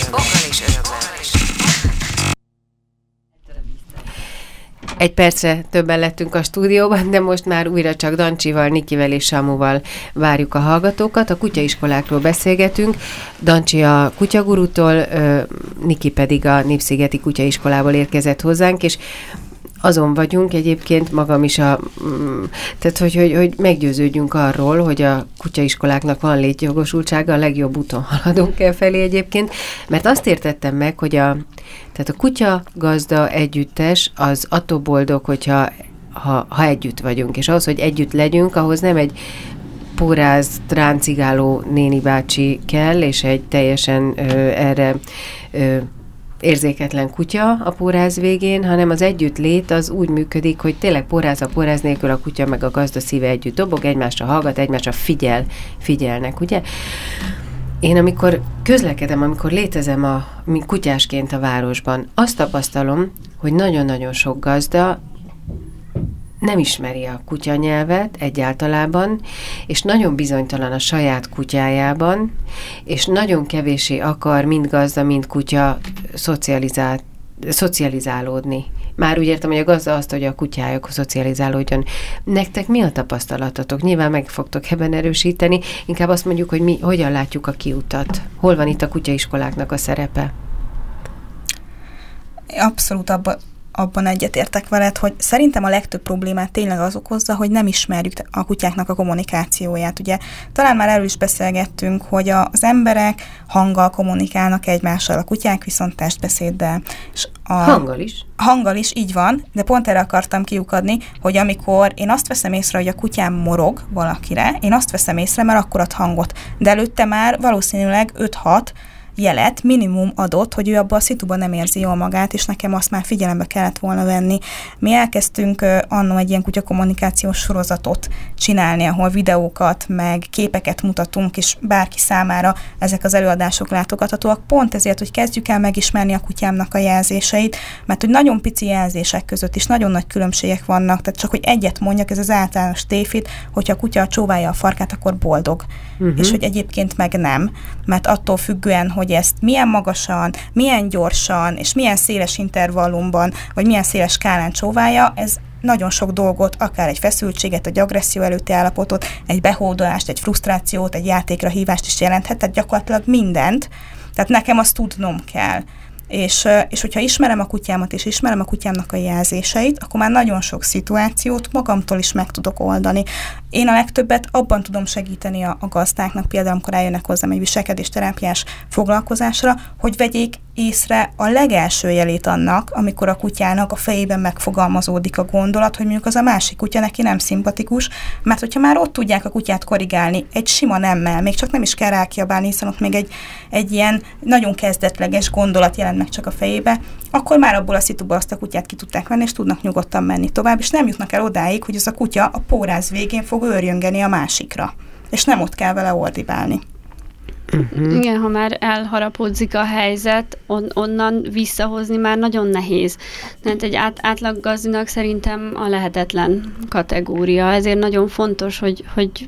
Egy percre többen lettünk a stúdióban, de most már újra csak Dancsival, Nikivel és Samuval várjuk a hallgatókat. A kutyaiskolákról beszélgetünk. Dancsi a Kutyagurútól, Niki pedig a Népszigeti Kutyaiskolából érkezett hozzánk, és azon vagyunk egyébként magam is, tehát hogy meggyőződjünk arról, hogy a kutyaiskoláknak van létjogosultsága, a legjobb úton haladunk el felé egyébként, mert azt értettem meg, hogy tehát a kutya-gazda együttes az attól boldog, hogyha ha együtt vagyunk, és ahhoz, hogy együtt legyünk, ahhoz nem egy póráz, tráncigáló néni bácsi kell, és egy teljesen erre érzéketlen kutya a póráz végén, hanem az együttlét az úgy működik, hogy tényleg póráz nélkül a kutya meg a gazda szíve együtt dobog, egymásra hallgat, egymásra figyelnek, ugye? Én amikor közlekedem, amikor létezem kutyásként a városban, azt tapasztalom, hogy nagyon-nagyon sok gazda nem ismeri a kutyanyelvet egyáltalában, és nagyon bizonytalan a saját kutyájában, és nagyon kevéssé akar mind gazda, mind kutya szocializálódni. Már úgy értem, hogy a gazda azt, hogy a kutyájuk szocializálódjon. Nektek mi a tapasztalatotok? Nyilván meg fogtok ebben erősíteni. Inkább azt mondjuk, hogy mi hogyan látjuk a kiutat. Hol van itt a kutyaiskoláknak a szerepe? Abszolút abban egyetértek veled, hogy szerintem a legtöbb problémát tényleg az okozza, hogy nem ismerjük a kutyáknak a kommunikációját. Ugye talán már erről is beszélgettünk, hogy az emberek hanggal kommunikálnak egymással, a kutyák viszont testbeszéddel. És Hanggal is, így van, de pont erre akartam kiukadni, hogy amikor én azt veszem észre, hogy a kutyám morog valakire, én azt veszem észre, mert akkor ad hangot. De előtte már valószínűleg 5-6 jelet, minimum adott, hogy ő abban a szituban nem érzi jól magát, és nekem azt már figyelembe kellett volna venni. Mi elkezdtünk anno egy ilyen kutyakommunikációs sorozatot csinálni, ahol videókat, meg képeket mutatunk, és bárki számára ezek az előadások látogathatóak. Pont ezért, hogy kezdjük el megismerni a kutyámnak a jelzéseit, mert hogy nagyon pici jelzések között is nagyon nagy különbségek vannak, tehát csak hogy egyet mondjak, ez az általános tévhit, hogyha a kutya csóválja a farkát, akkor boldog. És hogy egyébként meg nem, mert attól függően, hogy ezt milyen magasan, milyen gyorsan, és milyen széles intervallumban, vagy milyen széles skálán csóválja, ez nagyon sok dolgot, akár egy feszültséget, egy agresszió előtti állapotot, egy behódolást, egy frusztrációt, egy játékra hívást is jelenthet, tehát gyakorlatilag mindent. Tehát nekem azt tudnom kell. És hogyha ismerem a kutyámat, és ismerem a kutyámnak a jelzéseit, akkor már nagyon sok szituációt magamtól is meg tudok oldani. Én a legtöbbet abban tudom segíteni a gazdáknak, például amikor eljönnek hozzám egy viselkedésterápiás foglalkozásra, hogy vegyék észre a legelső jelét annak, amikor a kutyának a fejében megfogalmazódik a gondolat, hogy mondjuk az a másik kutya neki nem szimpatikus, mert hogyha már ott tudják a kutyát korrigálni egy sima nemmel, még csak nem is kell rákiabálni, hiszen ott még egy ilyen nagyon kezdetleges gondolat jelent meg csak a fejébe, akkor már abból a szituból azt a kutyát ki tudták venni, és tudnak nyugodtan menni tovább, és nem jutnak el odáig, hogy az a kutya a póráz végén fog őrjöngeni a másikra, és nem ott kell vele ordibálni. Igen, ha már elharapódzik a helyzet, onnan visszahozni már nagyon nehéz. Tehát egy átlag gazdinak szerintem a lehetetlen kategória. Ezért nagyon fontos, hogy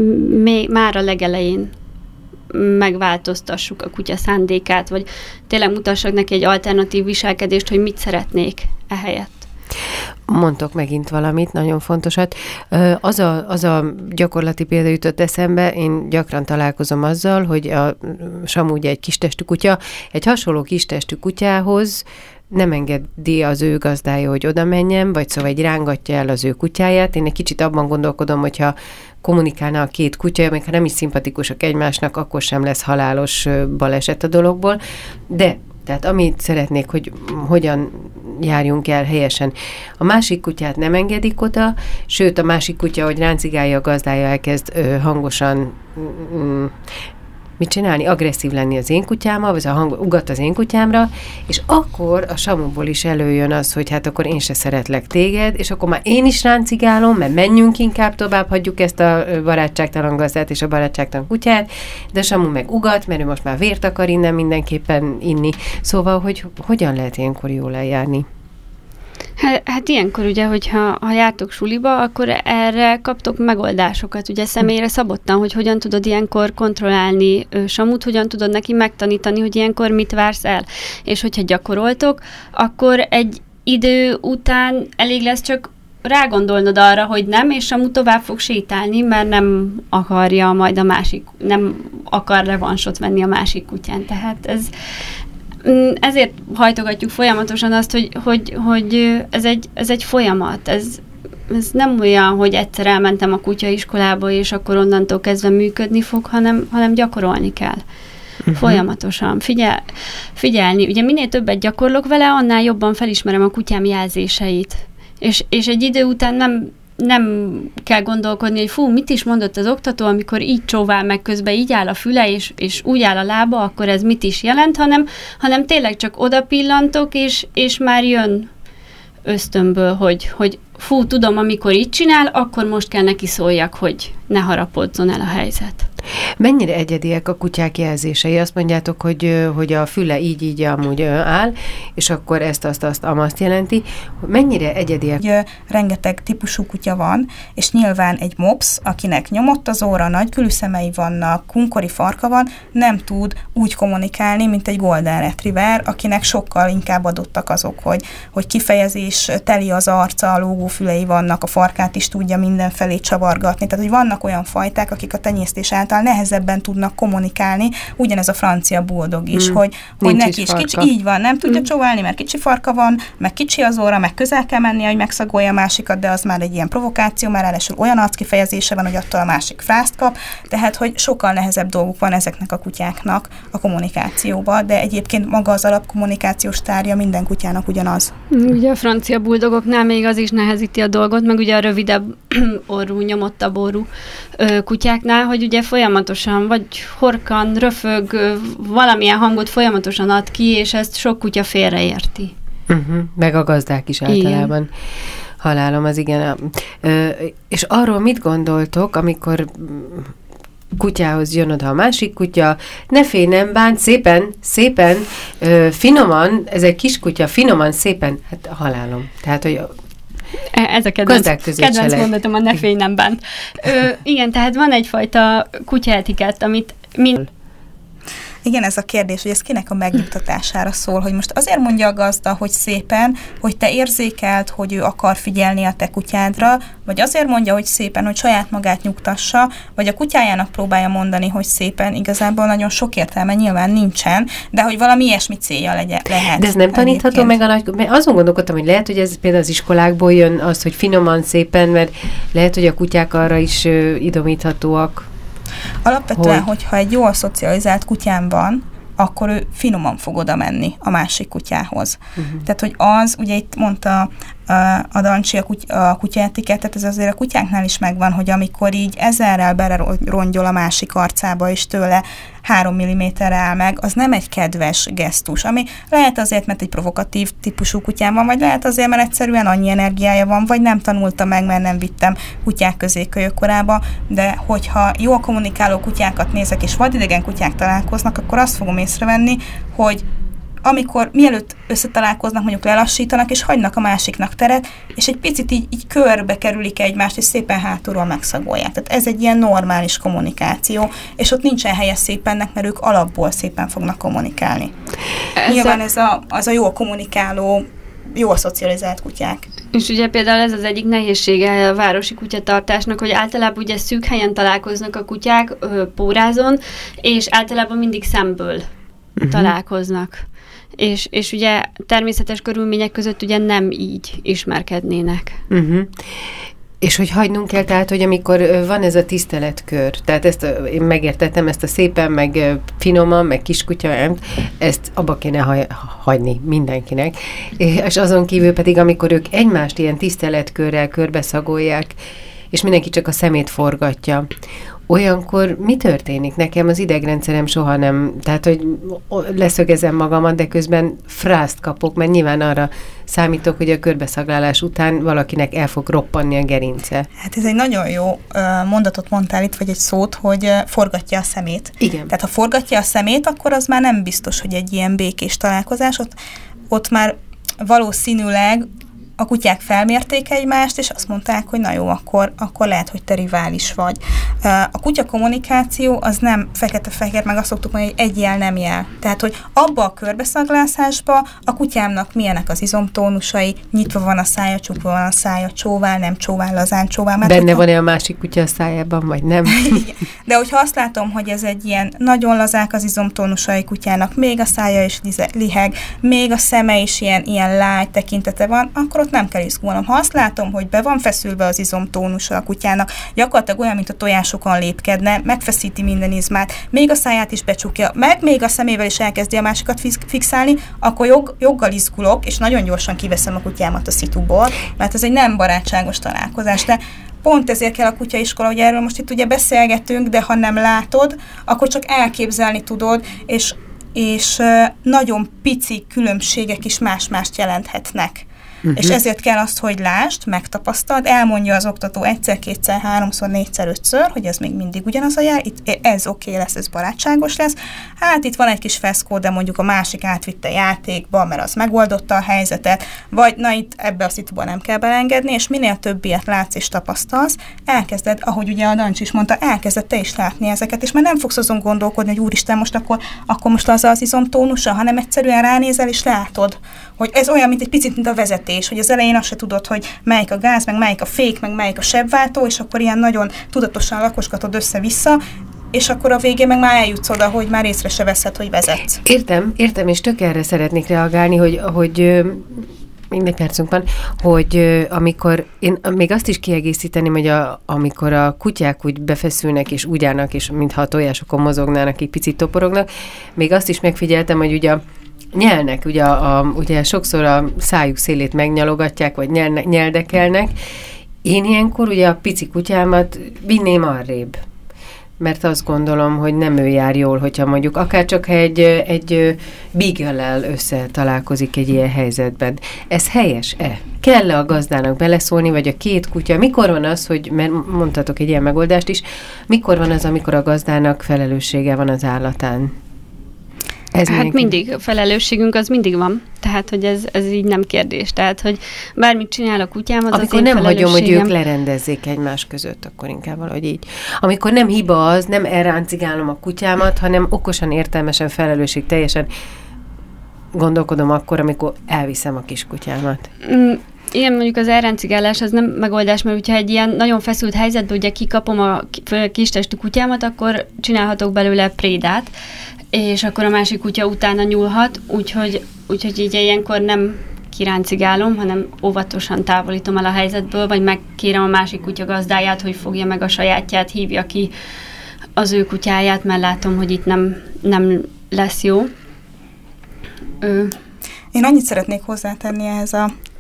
már a legelején megváltoztassuk a kutya szándékát, vagy tényleg mutassak neki egy alternatív viselkedést, hogy mit szeretnék ehelyett. Mondtok megint valamit, nagyon fontosat. Az a gyakorlati példa jutott eszembe, én gyakran találkozom azzal, hogy a Samu ugye egy kistestű kutya, egy hasonló kistestű kutyához nem engedi az ő gazdája, hogy oda menjen, vagy szóval egy rángatja el az ő kutyáját. Én egy kicsit abban gondolkodom, hogyha kommunikálna a két kutya, még ha nem is szimpatikusak egymásnak, akkor sem lesz halálos baleset a dologból. De tehát amit szeretnék, hogy hogyan járjunk el helyesen. A másik kutyát nem engedik oda, sőt a másik kutya, hogy ráncigálja a gazdája, elkezd hangosan mit csinálni? Agresszív lenni az én kutyámmal, vagy ugat az én kutyámra, és akkor a Samuból is előjön az, hogy hát akkor én se szeretlek téged, és akkor már én is ráncigálom, mert menjünk inkább tovább, hagyjuk ezt a barátságtalan gazdát és a barátságtalan kutyát, de Samu meg ugat, mert ő most már vért akar innen mindenképpen inni. Szóval, hogy hogyan lehet ilyenkor jól eljárni? Hát ilyenkor ugye, hogyha jártok suliba, akkor erre kaptok megoldásokat, ugye személyre szabottan, hogy hogyan tudod ilyenkor kontrollálni Samut, hogyan tudod neki megtanítani, hogy ilyenkor mit vársz el. És hogyha gyakoroltok, akkor egy idő után elég lesz csak rágondolnod arra, hogy nem, és Samu tovább fog sétálni, mert nem akarja majd nem akar revansot venni a másik kutyán. Tehát ezért hajtogatjuk folyamatosan azt, hogy ez egy folyamat. Ez nem olyan, hogy egyszer elmentem a kutyaiskolába, és akkor onnantól kezdve működni fog, hanem gyakorolni kell. Folyamatosan. Figyelni. Ugye minél többet gyakorlok vele, annál jobban felismerem a kutyám jelzéseit. És egy idő után nem kell gondolkodni, hogy mit is mondott az oktató, amikor így csóvál meg közben, így áll a füle, és úgy áll a lába, akkor ez mit is jelent, hanem tényleg csak oda pillantok, és már jön ösztönből, hogy tudom, amikor így csinál, akkor most kell neki szóljak, hogy ne harapódzon el a helyzet. Mennyire egyediek a kutyák jelzései? Azt mondjátok, hogy a füle így amúgy áll, és akkor ezt amaszt jelenti. Mennyire egyediek? Rengeteg típusú kutya van, és nyilván egy mops, akinek nyomott az óra, nagy külszemei vannak, kunkori farka van, nem tud úgy kommunikálni, mint egy golden retriever, akinek sokkal inkább adottak azok, hogy kifejezés, teli az arca, lógó fülei vannak, a farkát is tudja mindenfelé csavargatni. Tehát, hogy vannak olyan fajták, akik a tenyésztés által nehezebben tudnak kommunikálni, ugyanez a francia bulldog is, hogy neki is kicsi, így van, nem tudja csóválni, mert kicsi farka van, meg kicsi az óra, meg közel kell mennie, hogy megszagolja a másikat, de az már egy ilyen provokáció, már ráadásul olyan arckifejezése van, hogy attól a másik frászt kap, tehát, hogy sokkal nehezebb dolguk van ezeknek a kutyáknak a kommunikációba, de egyébként maga az alapkommunikációs tárgya minden kutyának ugyanaz. Ugye a francia bulldogoknál még az is nehezíti a dolgot, meg ugye a rövidebb orrú, nyomottabb orrú kutyáknál, hogy ugye folyamatosan vagy horkan, röfög, valamilyen hangot folyamatosan ad ki, és ezt sok kutya félreérti. Meg a gazdák is általában. Igen. Halálom, az igen. És arról mit gondoltok, amikor kutyához jön oda a másik kutya, ne félj, nem bánt, szépen, finoman, ez egy kis kutya, finoman, szépen, hát halálom. Tehát, hogy ez a kedvenc mondatom, a ne félj, nem bánt. Igen, tehát van egyfajta kutyaetikett, amit Igen, ez a kérdés, hogy ez kinek a megnyugtatására szól, hogy most azért mondja a gazda, hogy szépen, hogy te érzékeld, hogy ő akar figyelni a te kutyádra, vagy azért mondja, hogy szépen, hogy saját magát nyugtassa, vagy a kutyájának próbálja mondani, hogy szépen, igazából nagyon sok értelme nyilván nincsen, de hogy valami ilyesmi célja lehet. De ez nem tanítható meg a nagy... Mert azon gondolkodtam, hogy lehet, hogy ez például az iskolákból jön az, hogy finoman, szépen, mert lehet, hogy a kutyák arra is idomíthatóak. Alapvetően, hogyha egy jól szocializált kutyám van, akkor ő finoman fog oda menni a másik kutyához. Tehát, hogy az, ugye itt mondta a Dancsi a kutyaetikettet, ez azért a kutyáknál is megvan, hogy amikor így ezerrel belerongyol a másik arcába, és tőle 3 mm-re áll meg, az nem egy kedves gesztus, ami lehet azért, mert egy provokatív típusú kutyám van, vagy lehet azért, mert egyszerűen annyi energiája van, vagy nem tanulta meg, mert nem vittem kutyák közé kölyökkorába, de hogyha jól kommunikáló kutyákat nézek, és vadidegen kutyák találkoznak, akkor azt fogom észrevenni, hogy amikor mielőtt összetalálkoznak, mondjuk lelassítanak, és hagynak a másiknak teret, és egy picit így körbe kerülik egymást, és szépen hátulról megszagolják. Tehát ez egy ilyen normális kommunikáció, és ott nincsen helye szépennek, mert ők alapból szépen fognak kommunikálni. Nyilván ez az a jól kommunikáló, jól szocializált kutyák. És ugye például ez az egyik nehézsége a városi kutyatartásnak, hogy általában ugye szűk helyen találkoznak a kutyák, pórázon, és általában mindig szemből találkoznak. És ugye természetes körülmények között ugye nem így ismerkednének. És hogy hagynunk kell, tehát, hogy amikor van ez a tiszteletkör, tehát ezt én megértettem, ezt a szépen, meg finoman, meg kiskutya, ezt abba kéne hagyni mindenkinek. És azon kívül pedig, amikor ők egymást ilyen tiszteletkörrel körbeszagolják, és mindenki csak a szemét forgatja, olyankor mi történik? Nekem az idegrendszerem soha nem, tehát, hogy leszögezem magamat, de közben frászt kapok, mert nyilván arra számítok, hogy a körbeszaglálás után valakinek el fog roppanni a gerince. Hát ez egy nagyon jó mondatot mondtál itt, vagy egy szót, hogy forgatja a szemét. Igen. Tehát ha forgatja a szemét, akkor az már nem biztos, hogy egy ilyen békés találkozás. Ott már valószínűleg a kutyák felmérték egymást, és azt mondták, hogy na jó, akkor lehet, hogy te rivális vagy. A kutya kommunikáció az nem fekete-fehér, meg azt szoktuk mondani, hogy egy jel nem jel. Tehát, hogy abba a körbeszaglászásba a kutyámnak milyenek az izomtónusai, nyitva van a szája, csukva van a szája, csóvál, nem csóvál, lazán csóvál. Benne van-e a másik kutya a szájában, vagy nem? De hogyha azt látom, hogy ez egy ilyen nagyon lazák az izomtónusai kutyának, még a szája is liheg, még a szeme is ilyen lágy tekintete van, akkor nem kell izgulnom. Ha azt látom, hogy be van feszülve az izomtónusa a kutyának, gyakorlatilag olyan, mint a tojásokon lépkedne, megfeszíti minden izmát, még a száját is becsukja, meg még a szemével is elkezdi a másikat fixálni, akkor joggal izgulok, és nagyon gyorsan kiveszem a kutyámat a szituból, mert ez egy nem barátságos találkozás. De pont ezért kell a kutyaiskola, hogy erről most itt ugye beszélgetünk, de ha nem látod, akkor csak elképzelni tudod, és nagyon pici különbségek is más-mást jelenthetnek. És ezért kell azt, hogy lásd, megtapasztald, elmondja az oktató egyszer, kétszer, háromszor, négyszer, ötször, hogy ez még mindig ugyanaz a jel, itt ez oké lesz, ez barátságos lesz. Hát itt van egy kis feszkó, de mondjuk a másik átvitte játékba, mert az megoldotta a helyzetet, vagy na itt ebbe a szituba nem kell belengedni, és minél több ilyet látsz és tapasztalsz, elkezded, ahogy ugye a Dancs is mondta, elkezded te is látni ezeket, és már nem fogsz azon gondolkodni, hogy úristen, most akkor most az izomtónusa, hanem egyszerűen ránézel és látod, hogy ez olyan, mint egy picit, mint a vezetés, hogy az elején azt se tudod, hogy melyik a gáz, meg melyik a fék, meg melyik a sebváltó, és akkor ilyen nagyon tudatosan lakosgatod össze-vissza, és akkor a végén meg már eljutsz oda, hogy már észre se veszed, hogy vezetsz. Értem, és tök erre szeretnék reagálni, hogy mindegy percünk van, hogy amikor, én még azt is kiegészíteném, hogy amikor a kutyák úgy befeszülnek, és úgy állnak, és mintha a tojásokon mozognának, egy picit toporognak, még azt is megfigyeltem, hogy ugye nyelnek, ugye sokszor a szájuk szélét megnyalogatják, vagy nyeldekelnek, Én ilyenkor ugye a pici kutyámat vinném arrébb, mert azt gondolom, hogy nem ő jár jól, hogyha mondjuk akárcsak egy beagle-lel összetalálkozik egy ilyen helyzetben. Ez helyes-e? Kell-e a gazdának beleszólni, vagy a két kutya? Mikor van az, hogy, mert mondhatok egy ilyen megoldást is, mikor van az, amikor a gazdának felelőssége van az állatán? Hát mindig, a felelősségünk az mindig van. Tehát, hogy ez így nem kérdés. Tehát, hogy bármit csinál a kutyám, az amikor az én nem hagyom, hogy ők felelősségem. lerendezzék egymás között, akkor inkább valahogy így. Amikor nem hiba az, nem elráncigálom a kutyámat, hanem okosan, értelmesen, felelősségteljesen gondolkodom akkor, amikor elviszem a kis kutyámat. Igen, mondjuk az elráncigálás az nem megoldás, mert hogyha egy ilyen nagyon feszült helyzetben ugye kikapom a kistestű kutyámat, akkor csinálhatok belőle prédát, és akkor a másik kutya utána nyúlhat, úgyhogy így ilyenkor nem kiráncigálom, hanem óvatosan távolítom el a helyzetből, vagy megkérem a másik kutya gazdáját, hogy fogja meg a sajátját, hívja ki az ő kutyáját, mert látom, hogy itt nem lesz jó. Én annyit szeretnék hozzátenni ehhez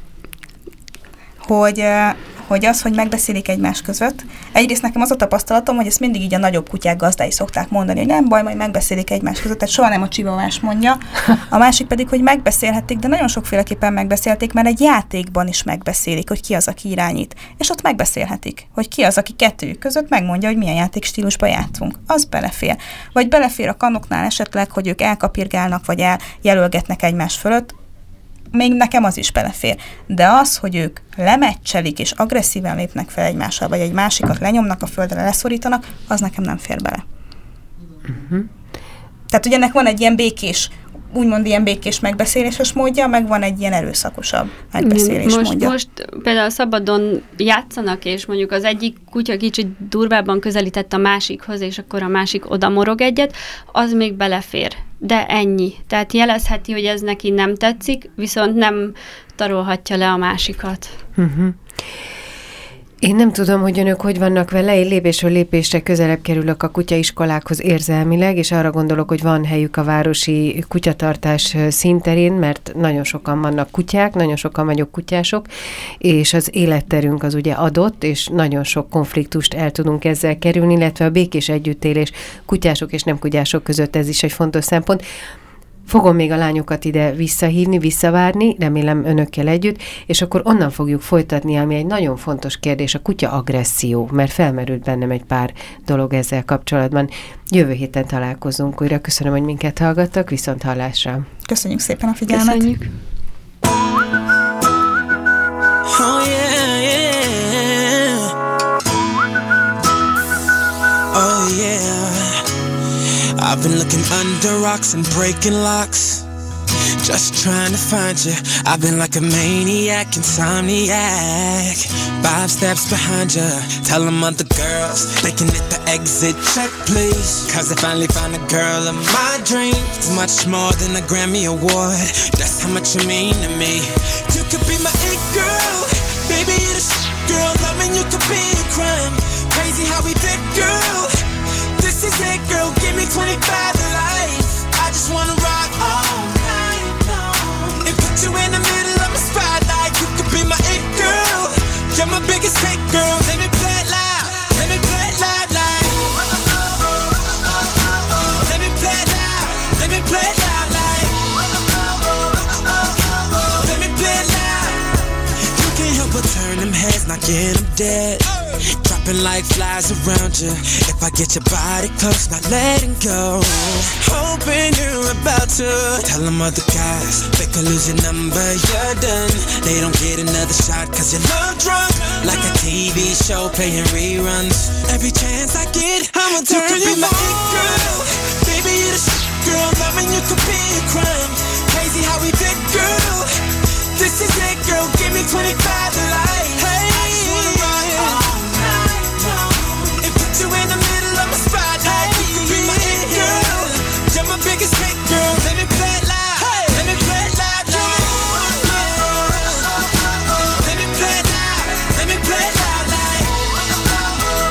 hogy az, hogy megbeszélik egymás között. Egyrészt nekem az a tapasztalatom, hogy ezt mindig így a nagyobb kutyák gazdái szokták mondani, hogy nem baj, majd megbeszélik egymás között, tehát soha nem a csivavás mondja. A másik pedig, hogy megbeszélhették, de nagyon sokféleképpen megbeszélték, mert egy játékban is megbeszélik, hogy ki az, aki irányít. És ott megbeszélhetik, hogy ki az, aki kettőjük között megmondja, hogy milyen játékstílusban játszunk. Az belefér. Vagy belefér a kanoknál esetleg, hogy ők elkapirgálnak, vagy eljelölgetnek egymás fölött, még nekem az is belefér. De az, hogy ők lemeccselik és agresszíven lépnek fel egymással, vagy egy másikat lenyomnak a földre, leszorítanak, az nekem nem fér bele. Tehát ugye ennek van egy ilyen békés, úgymond ilyen békés megbeszéléses módja, meg van egy ilyen erőszakosabb megbeszélés módja. Most például szabadon játszanak, és mondjuk az egyik kutya kicsit durvábban közelített a másikhoz, és akkor a másik oda morog egyet, az még belefér. De ennyi. Tehát jelezheti, hogy ez neki nem tetszik, viszont nem tarolhatja le a másikat. Én nem tudom, hogy önök hogy vannak vele, én lépésről lépésre közelebb kerülök a kutyaiskolákhoz érzelmileg, és arra gondolok, hogy van helyük a városi kutyatartás színterén, mert nagyon sokan vannak kutyák, nagyon sokan vagyok kutyások, és az életterünk az ugye adott, és nagyon sok konfliktust el tudunk ezzel kerülni, illetve a békés együttélés kutyások és nem kutyások között ez is egy fontos szempont. Fogom még a lányokat ide visszahívni, visszavárni, remélem önökkel együtt, és akkor onnan fogjuk folytatni, ami egy nagyon fontos kérdés, a kutya agresszió, mert felmerült bennem egy pár dolog ezzel kapcsolatban. Jövő héten találkozunk újra. Köszönöm, hogy minket hallgattak, viszont hallásra. Köszönjük szépen a figyelmet. Köszönjük. Oh yeah, yeah. Oh yeah. I've been looking under rocks and breaking locks, just trying to find you. I've been like a maniac, insomniac, 5 steps behind you. Tell them other girls they can hit the exit check, please. Cause I finally found a girl of my dreams. It's much more than a Grammy award, that's how much you mean to me. You could be my it girl, baby you're the girl. Loving you could be a crime. Crazy how we did, girl. This is it, girl, give me 25 to life. I just wanna rock all night long and put you in the middle of my spotlight. You could be my it girl, you're my biggest hit, girl. Let me play it loud, let me play it loud, like. Let me play it loud, let me play it loud, like. Let me play it loud. You can't help but turn them heads, knocking them dead. Dropping like flies around you. If I get your body close, not letting go. Hoping you're about to tell them other guys they could lose your number, you're done. They don't get another shot cause you're love drunk, like a TV show playing reruns. Every chance I get, I'ma turn you on.